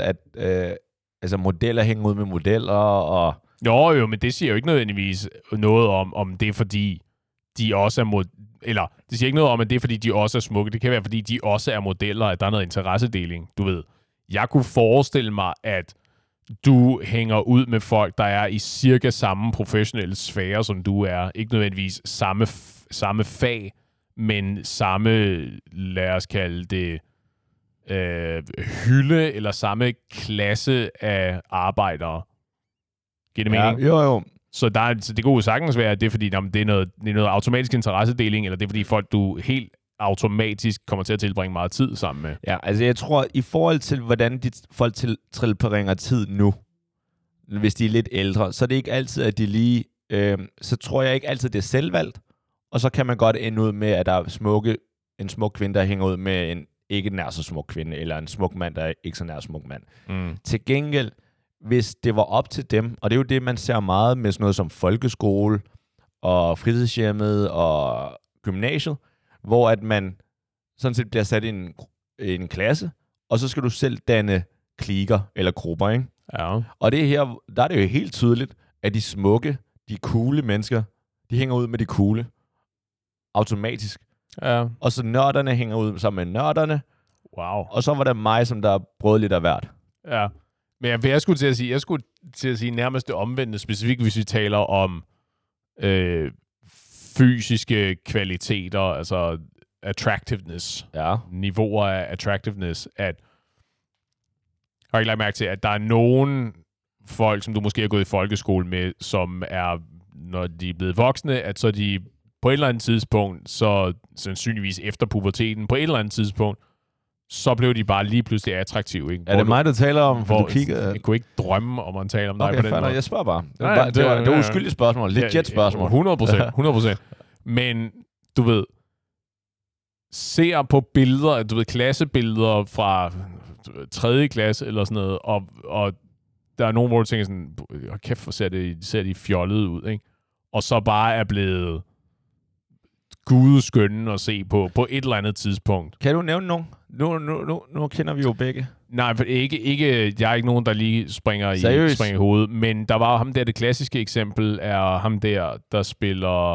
at modeller hænger ud med modeller, og... Jo, men det siger jo ikke nødvendigvis noget om det er fordi, de også er eller det siger ikke noget om, at det er fordi, de også er smukke. Det kan være, fordi de også er modeller, at der er noget interessedeling. Du ved, jeg kunne forestille mig, at du hænger ud med folk, der er i cirka samme professionelle sfære, som du er. Ikke nødvendigvis samme fag, men samme, lad os kalde det, hylde eller samme klasse af arbejdere. Giver det mening? Jo. Så det kunne jo sagtens være, at det er fordi, det er noget automatisk interessedeling, eller det er fordi folk, du helt automatisk kommer til at tilbringe meget tid sammen med. Ja, altså jeg tror, i forhold til, hvordan folk tilbringer tid nu, hvis de er lidt ældre, så er det ikke altid, at de lige... så tror jeg ikke altid, det er selvvalgt, og så kan man godt ende ud med, at der er en smuk kvinde, der hænger ud med en ikke nær så smuk kvinde, eller en smuk mand, der er ikke så nær smuk mand. Til gengæld, hvis det var op til dem, og det er jo det, man ser meget med sådan noget som folkeskole, og fritidshjemmet, og gymnasiet, hvor at man sådan set bliver sat i en klasse, og så skal du selv danne kliker eller grupper, ikke? Ja. Og det her, der er det jo helt tydeligt, at de smukke, de coole mennesker, de hænger ud med de coole. Automatisk. Ja. Og så nørderne hænger ud sammen med nørderne. Wow. Og så var det mig, som der brød lidt af hvert. Ja. Men jeg skulle til at sige nærmest det omvendte, specifikt hvis vi taler om fysiske kvaliteter, altså attractiveness. Ja. Niveauer af attractiveness, at jeg har ikke lagt mærke til, at der er nogen folk, som du måske har gået i folkeskole med, som er, når de er blevet voksne, at så de på et eller andet tidspunkt, så sandsynligvis efter puberteten, på et eller andet tidspunkt, så blev de bare lige pludselig attraktive. Ikke? Er det du taler om, hvor du kigger? Jeg kunne ikke drømme om at tale om dig på den måde. Jeg spørger bare. Det var uskyldigt spørgsmål. Legit spørgsmål. 100%. Men, du ved, ser på billeder, du ved, klassebilleder fra 3. klasse eller sådan noget, og der er nogen, hvor du tænker sådan, kæft, hvor ser de fjollede ud, ikke? Og så bare er blevet gudeskønne at se på et eller andet tidspunkt. Kan du nævne nogen? Nu kender vi jo begge. Nej, for ikke, jeg er ikke nogen, der lige springer i hovedet, men der var ham der, det klassiske eksempel er ham der spiller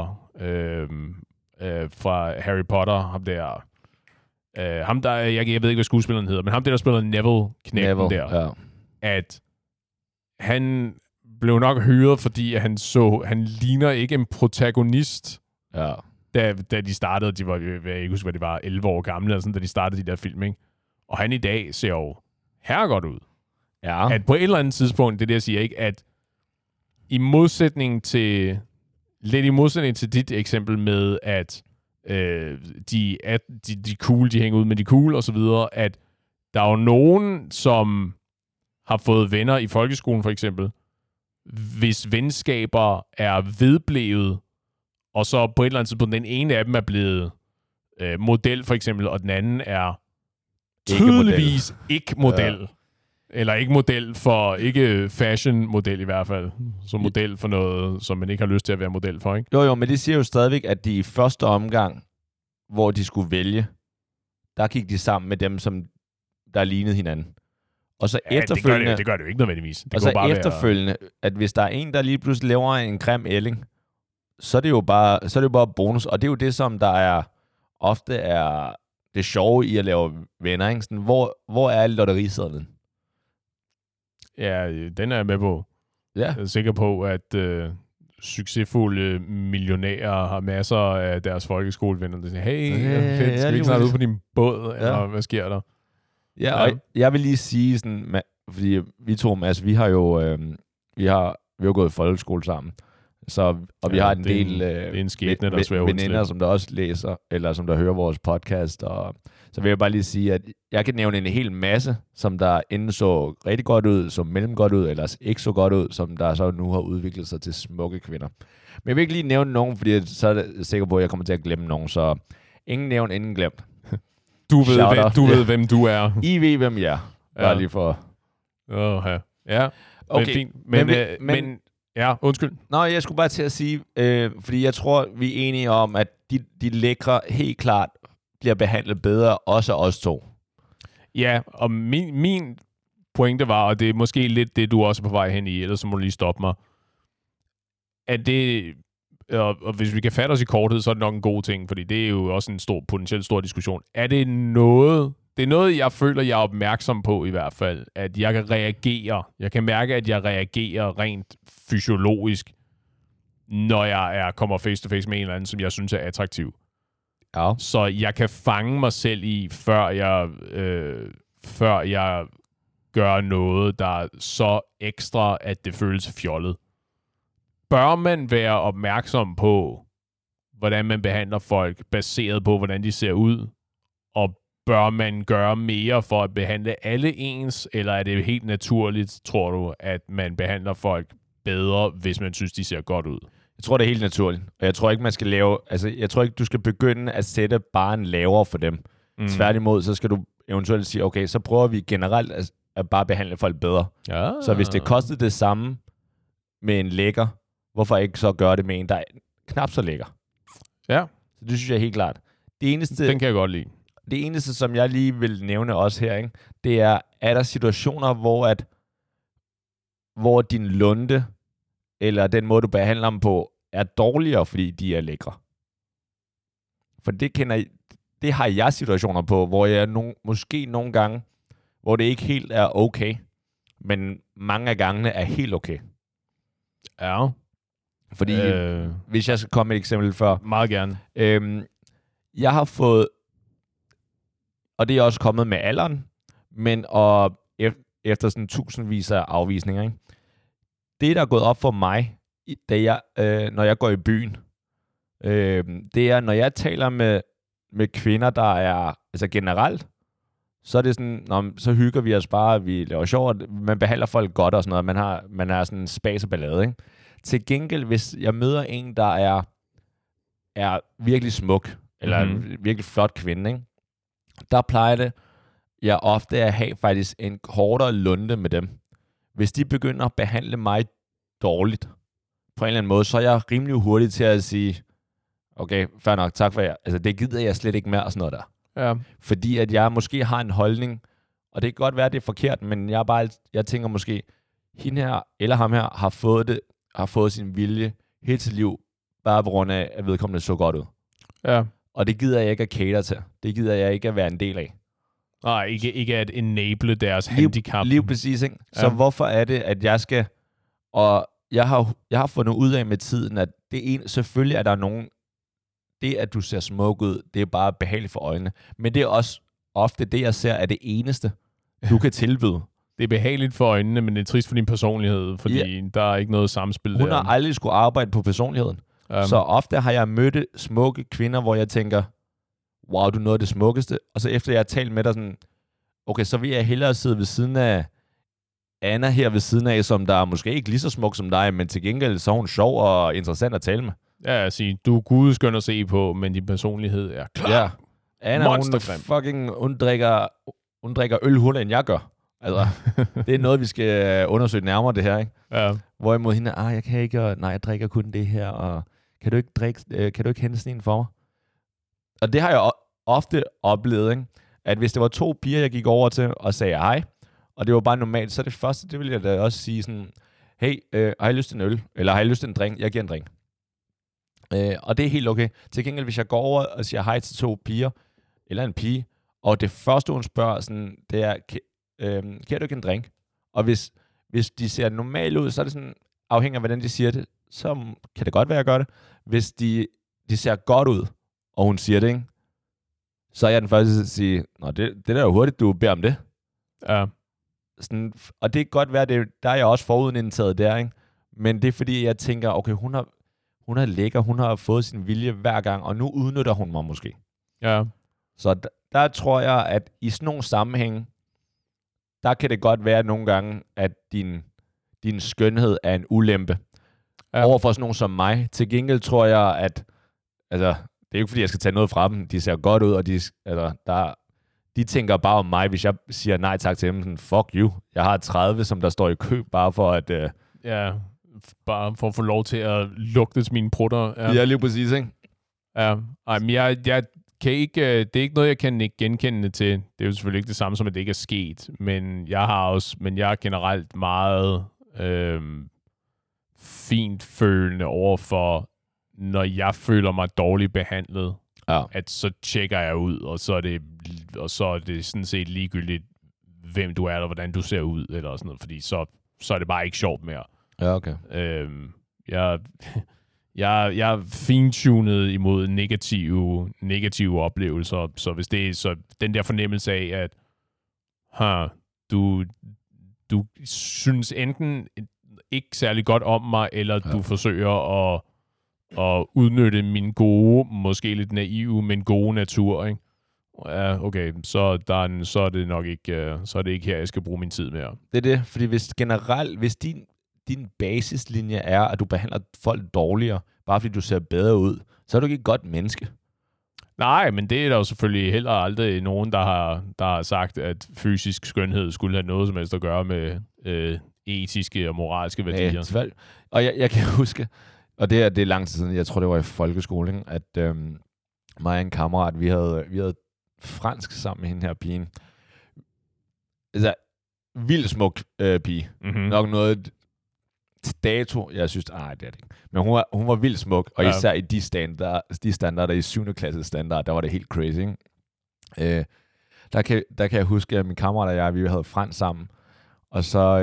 fra Harry Potter, ham der, jeg ved ikke, hvad skuespilleren hedder, men ham der spiller Neville der, ja. At han blev nok hyret, fordi at han ligner ikke en protagonist, ja. Da de startede, de var, jeg ikke huske, hvad det var, 11 år gamle, eller sådan, da de startede de der film, ikke? Og han i dag ser jo herregodt ud. Ja. At på et eller andet tidspunkt, det er det, jeg siger, ikke? At i modsætning til dit eksempel med, at de cool, de hænger ud med de cool, og så videre, at der er jo nogen, som har fået venner i folkeskolen, for eksempel, hvis venskaber er vedblevet, og så på et eller andet tidspunkt, den ene af dem er blevet model, for eksempel, og den anden er tydeligvis ikke model. Ja. Eller ikke model for, ikke fashion-model i hvert fald. Så model for noget, som man ikke har lyst til at være model for, ikke? Jo, men det siger jo stadigvæk, at de i første omgang, hvor de skulle vælge, der gik de sammen med dem, som der lignede hinanden. Og så efterfølgende... Det gør det jo ikke nødvendigvis. Det og så bare efterfølgende, at hvis der er en, der lige pludselig laver en grim ælling, så er det jo bare bonus. Og det er jo det, som der er ofte er det sjove i at lave venner, ikke? Sådan, hvor er lotterisedlen? Ja, den er jeg med på. Ja. Jeg er sikker på, at succesfulde millionærer har masser af deres folkeskolevenner, der siger, hey, fedt, skal vi ikke snart ud på din båd? Ja. Eller hvad sker der? Ja, og jeg vil lige sige sådan, fordi vi to, Mads, vi har jo vi har gået i folkeskole sammen. Og vi har en del veninder, som der også læser, eller som der hører vores podcast. Og så vil jeg bare lige sige, at jeg kan nævne en hel masse, som der enten så rigtig godt ud, som mellem godt ud, eller ikke så godt ud, som der så nu har udviklet sig til smukke kvinder. Men jeg vil ikke lige nævne nogen, fordi så er jeg sikker på, at jeg kommer til at glemme nogen. Så ingen nævn, ingen glemt. Du ved, hvem du er. I ved, hvem jeg er. Bare lige for... Ja, okay. Fint. Men ja, undskyld. Nå, jeg skulle bare til at sige, fordi jeg tror, vi er enige om, at de lækre helt klart bliver behandlet bedre, også os to. Ja, og min pointe var, og det er måske lidt det, du også er på vej hen i, ellers så må du lige stoppe mig, at det, og hvis vi kan fatte os i korthed, så er det nok en god ting, fordi det er jo også en potentielt stor diskussion. Er det noget... Det er noget, jeg føler, jeg er opmærksom på i hvert fald, at jeg kan reagere. Jeg kan mærke, at jeg reagerer rent fysiologisk, når jeg kommer face to face med en eller anden, som jeg synes er attraktiv. Ja. Så jeg kan fange mig selv i, før jeg gør noget, der er så ekstra, at det føles fjollet. Bør man være opmærksom på, hvordan man behandler folk, baseret på, hvordan de ser ud, og bør man gøre mere for at behandle alle ens, eller er det helt naturligt, tror du, at man behandler folk bedre, hvis man synes, de ser godt ud? Jeg tror, det er helt naturligt. Og jeg tror ikke, man skal jeg tror ikke, du skal begynde at sætte barren lavere for dem. Tværtimod, så skal du eventuelt sige, okay, så prøver vi generelt at bare behandle folk bedre. Ja. Så hvis det kostede det samme med en lækker, hvorfor ikke så gøre det med en, der er knap så lækker? Ja. Så det synes jeg helt klart. Den kan jeg godt lide. Det eneste, som jeg lige vil nævne også her, ikke, det er der situationer, hvor din lunde, eller den måde, du behandler dem på, er dårligere, fordi de er lækre. For det har jeg situationer på, hvor jeg måske nogle gange, hvor det ikke helt er okay, men mange af gangene er helt okay. Ja. Fordi, hvis jeg skal komme med et eksempel før. Meget gerne. Jeg har fået, og det er også kommet med alderen, men efter sådan tusindvis af afvisninger, ikke? Det, der er gået op for mig, når jeg går i byen, det er, når jeg taler med kvinder, der er, altså generelt, så er det sådan, så hygger vi os bare, vi laver sjov, man behandler folk godt og sådan noget, man er sådan spas og ballade, ikke? Til gengæld, hvis jeg møder en, der er virkelig smuk, eller en virkelig flot kvinde, ikke? Der plejer det, jeg ofte at have faktisk en hårdere lunde med dem. Hvis de begynder at behandle mig dårligt, på en eller anden måde, så er jeg rimelig hurtig til at sige, okay, fair nok, tak for jer. Altså, det gider jeg slet ikke mere og sådan noget der. Ja. Fordi at jeg måske har en holdning, og det kan godt være, at det er forkert, men jeg tænker måske, hende her eller ham her har fået sin vilje hele sit liv, bare på grund af, at vedkommende så godt ud. Ja. Og det gider jeg ikke at cater til. Det gider jeg ikke at være en del af. Nej, ikke at enable deres handicap. Lige præcis, ikke? Ja. Så hvorfor er det, at jeg skal... Og jeg har fundet ud af med tiden, at selvfølgelig er der nogen... Det, at du ser smuk ud, det er bare behageligt for øjnene. Men det er også ofte det, jeg ser, er det eneste, du kan tilbyde. Det er behageligt for øjnene, men det er trist for din personlighed, fordi der er ikke noget samspil der. Hun har aldrig skulle arbejde på personligheden. Så ofte har jeg mødt smukke kvinder, hvor jeg tænker, wow, du er noget af det smukkeste. Og så efter jeg har talt med dig sådan, okay, så vil jeg hellere sidde ved siden af Anna her ved siden af, som der er måske ikke lige så smuk som dig, men til gengæld så er hun sjov og interessant at tale med. Ja, jeg siger, du er gudskøn at se på, men din personlighed er klar. Ja. Anna, hun drikker øl hurtigere, end jeg gør. Altså, det er noget, vi skal undersøge nærmere, det her, ikke? Ja. Hvorimod hende, jeg kan ikke, jeg drikker kun det her, og kan du ikke hente sådan en for mig? Og det har jeg ofte oplevet, ikke? At hvis det var 2 piger, jeg gik over til og sagde hej, og det var bare normalt, så det første, det ville jeg da også sige sådan, hey, har I lyst til en øl? Eller har I lyst til en drink? Jeg giver en drink. Og det er helt okay. Til gengæld, hvis jeg går over og siger hej til 2 piger, eller en pige, og det første, hun spørger, sådan, det er, kan du ikke en drink? Og hvis de ser normalt ud, så er det sådan, afhængig af, hvordan de siger det, så kan det godt være, at jeg gør det. Hvis de ser godt ud, og hun siger det, ikke? Så er jeg den første til at sige, nå, det der er jo hurtigt, du beder om det. Ja. Sådan, og det kan godt være, der er jeg også forudindtaget der, ikke? Men det er fordi, jeg tænker, okay, hun er lækker, hun har fået sin vilje hver gang, og nu udnytter hun mig måske. Ja. Så der tror jeg, at i sådan nogle sammenhænge, der kan det godt være nogle gange, at din skønhed er en ulempe. Ja. Overfor sådan nogen som mig. Til gengæld tror jeg, at altså, det er jo ikke fordi, jeg skal tage noget fra dem. De ser godt ud, og de tænker bare om mig, hvis jeg siger nej tak til dem. Sådan, fuck you. Jeg har 30, som der står i kø, bare for at... Ja, bare for at få lov til at lugte til mine prutter. Ja, lige præcis, ikke? Ja, men jeg kan ikke... Det er ikke noget, jeg kan genkende til. Det er jo selvfølgelig ikke det samme som, at det ikke er sket. Men jeg er generelt meget fint følende overfor, når jeg føler mig dårligt behandlet, at så tjekker jeg ud, og så er det sådan set ligegyldigt, hvem du er, eller hvordan du ser ud, eller sådan noget, fordi så er det bare ikke sjovt mere. Ja, okay. Jeg er fintunet imod negative oplevelser, så hvis det er så den der fornemmelse af, at du synes enten ikke særlig godt om mig, eller du forsøger at udnytte min måske lidt naive, men gode natur, ikke? Ja, okay, så er det nok ikke, så er det ikke her, jeg skal bruge min tid mere. Det er det, fordi hvis din basislinje er, at du behandler folk dårligere, bare fordi du ser bedre ud, så er du ikke et godt menneske. Nej, men det er der jo selvfølgelig heller aldrig nogen, der har sagt, at fysisk skønhed skulle have noget som helst at gøre med etiske og moralske værdier. Ja, og jeg kan huske, og det er lang tid siden, jeg tror det var i folkeskolen, at mig og en kammerat, vi havde fransk sammen med hende her pigen. Altså, vildt smuk pige. Mm-hmm. Nok noget til dato, jeg synes, det er det ikke. Men hun var vildt smuk, og især i de standarder, i 7. klasse standard, der var det helt crazy, ikke? Der kan jeg huske, at min kammerat og jeg, vi havde fransk sammen, og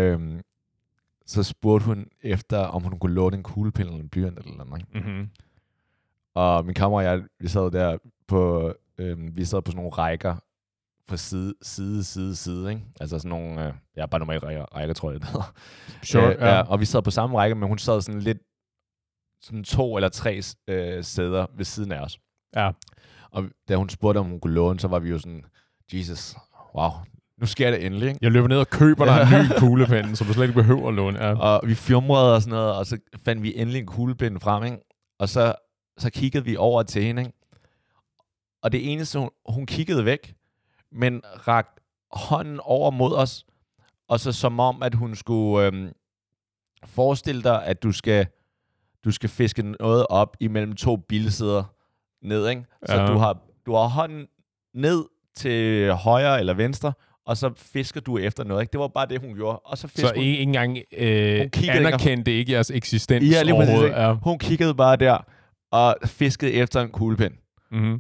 så spurgte hun efter, om hun kunne låne en kuglepen eller en blyant eller noget. Mm-hmm. Og min kammerat og jeg, vi sad der på sådan nogle rækker fra side, ikke? Altså sådan nogle, bare normale rækker, tror jeg, det hedder. Sure, ja. Og vi sad på samme række, men hun sad sådan lidt, sådan 2 eller 3 sæder ved siden af os. Ja. Og da hun spurgte, om hun kunne låne, så var vi jo sådan, Jesus, wow, nu sker det endelig, ikke? Jeg løber ned og køber dig en ny kuglepen, så du slet ikke behøver at låne. Ja. Og vi fjumrede og sådan noget, og så fandt vi endelig en kuglepen frem, ikke? Og så kiggede vi over til hende, ikke? Og det eneste, hun kiggede væk, men rakte hånden over mod os, og så som om, at hun skulle forestille dig, at du skal fiske noget op imellem 2 bilsæder ned, ikke? Så du har hånden ned til højre eller venstre, og så fisker du efter noget, ikke? Det var bare det, hun gjorde. Og så hun, ikke engang anerkendte ikke jeres eksistens overhovedet. Ja. Hun kiggede bare der, og fiskede efter en kuglepen. Mm-hmm.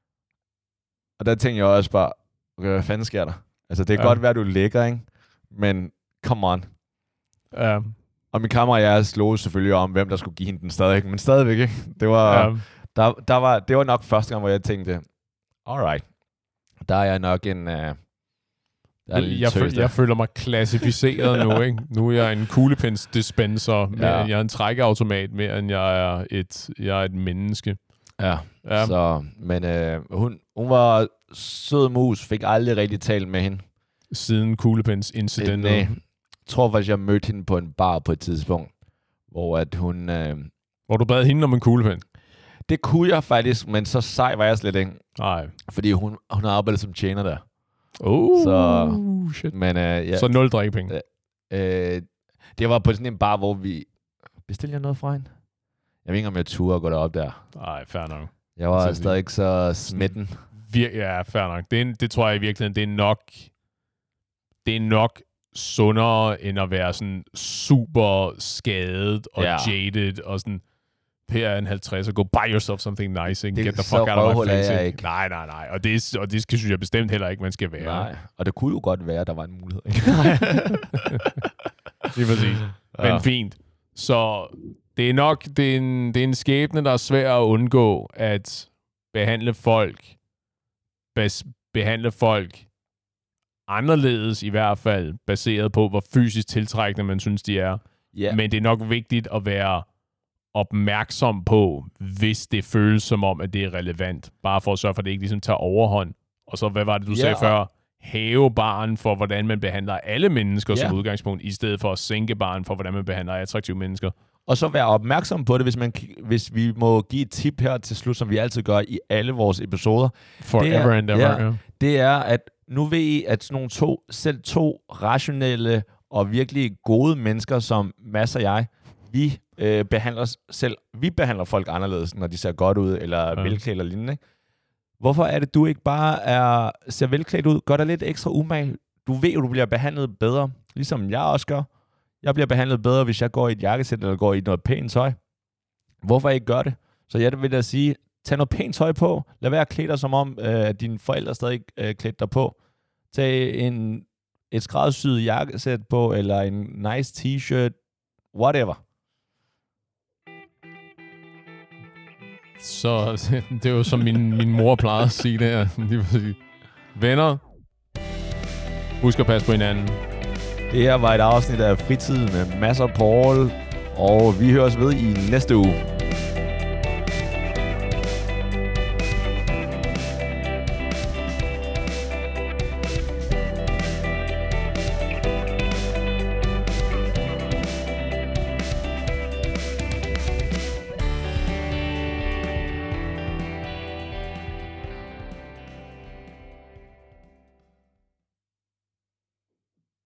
Og der tænkte jeg også bare, okay, hvad fanden sker der? Altså, det kan godt være, du er lækker, ikke? Men, come on. Ja. Og min kammerat og jeg slog selvfølgelig om, hvem der skulle give hende den stadig, men stadigvæk, ikke? Det var, det var nok første gang, hvor jeg tænkte, alright, der er jeg nok en... Jeg føler mig klassificeret nu, ikke? Nu er jeg en kuglepensdispenser, mere end jeg er en trækkeautomat, mere end jeg er et menneske. Ja. Så, men hun var sød mus, fik aldrig rigtig talt med hende. Siden kuglepens-incidentet. tror faktisk, jeg mødte hende på en bar på et tidspunkt, hvor at hun... Hvor du bad hende om en kuglepen? Det kunne jeg faktisk, men så sej var jeg slet ikke. Nej. Fordi hun har arbejdet som tjener der. Shit. Men, ja, så 0 drikkepenge. det var på sådan en bar, hvor vi... Bestilte jeg noget fra hende? Jeg ved ikke, om jeg turde at gå derop der. Nej, fair nok. Jeg var stadig ikke så smitten. Ja, fair nok. Det tror jeg i virkeligheden, det er nok sundere, end at være sådan super skadet og jaded, og sådan, her er en 50, og go buy yourself something nice, and get the fuck out of my face. Nej. Og det synes jeg bestemt heller ikke, man skal være. Nej, og det kunne jo godt være, at der var en mulighed. Det er præcis. Men fint. Så det er nok, det er en skæbne, der er svær at undgå, at behandle folk anderledes i hvert fald, baseret på, hvor fysisk tiltrækkende man synes, de er. Yeah. Men det er nok vigtigt at være opmærksom på, hvis det føles som om, at det er relevant. Bare for at sørge for, at det ikke ligesom tager overhånd. Og så, hvad var det, du sagde før? Hæve barren for, hvordan man behandler alle mennesker som udgangspunkt, i stedet for at sænke barren for, hvordan man behandler attraktive mennesker. Og så være opmærksom på det, hvis vi må give et tip her til slut, som vi altid gør i alle vores episoder. Forever and ever. Ja. Det er, at nu ved I, at sådan nogle selv to rationelle og virkelig gode mennesker, som Mads og jeg, vi behandler folk anderledes, når de ser godt ud, eller velklædt eller lignende. Ikke? Hvorfor er det, du ikke bare ser velklædt ud? Gør dig lidt ekstra umage. Du ved jo, du bliver behandlet bedre, ligesom jeg også gør. Jeg bliver behandlet bedre, hvis jeg går i et jakkesæt, eller går i noget pænt tøj. Hvorfor ikke gøre det? Så jeg vil da sige, tag noget pænt tøj på. Lad være at klæde dig, som om at dine forældre stadig klædte dig på. Tag et skræddersyet jakkesæt på, eller en nice t-shirt. Whatever. Så det er jo som min mor plejede at sige det her. Venner, husk at passe på hinanden. Det her var et afsnit af Fritid med Mads og Paul, og vi høres ved i næste uge.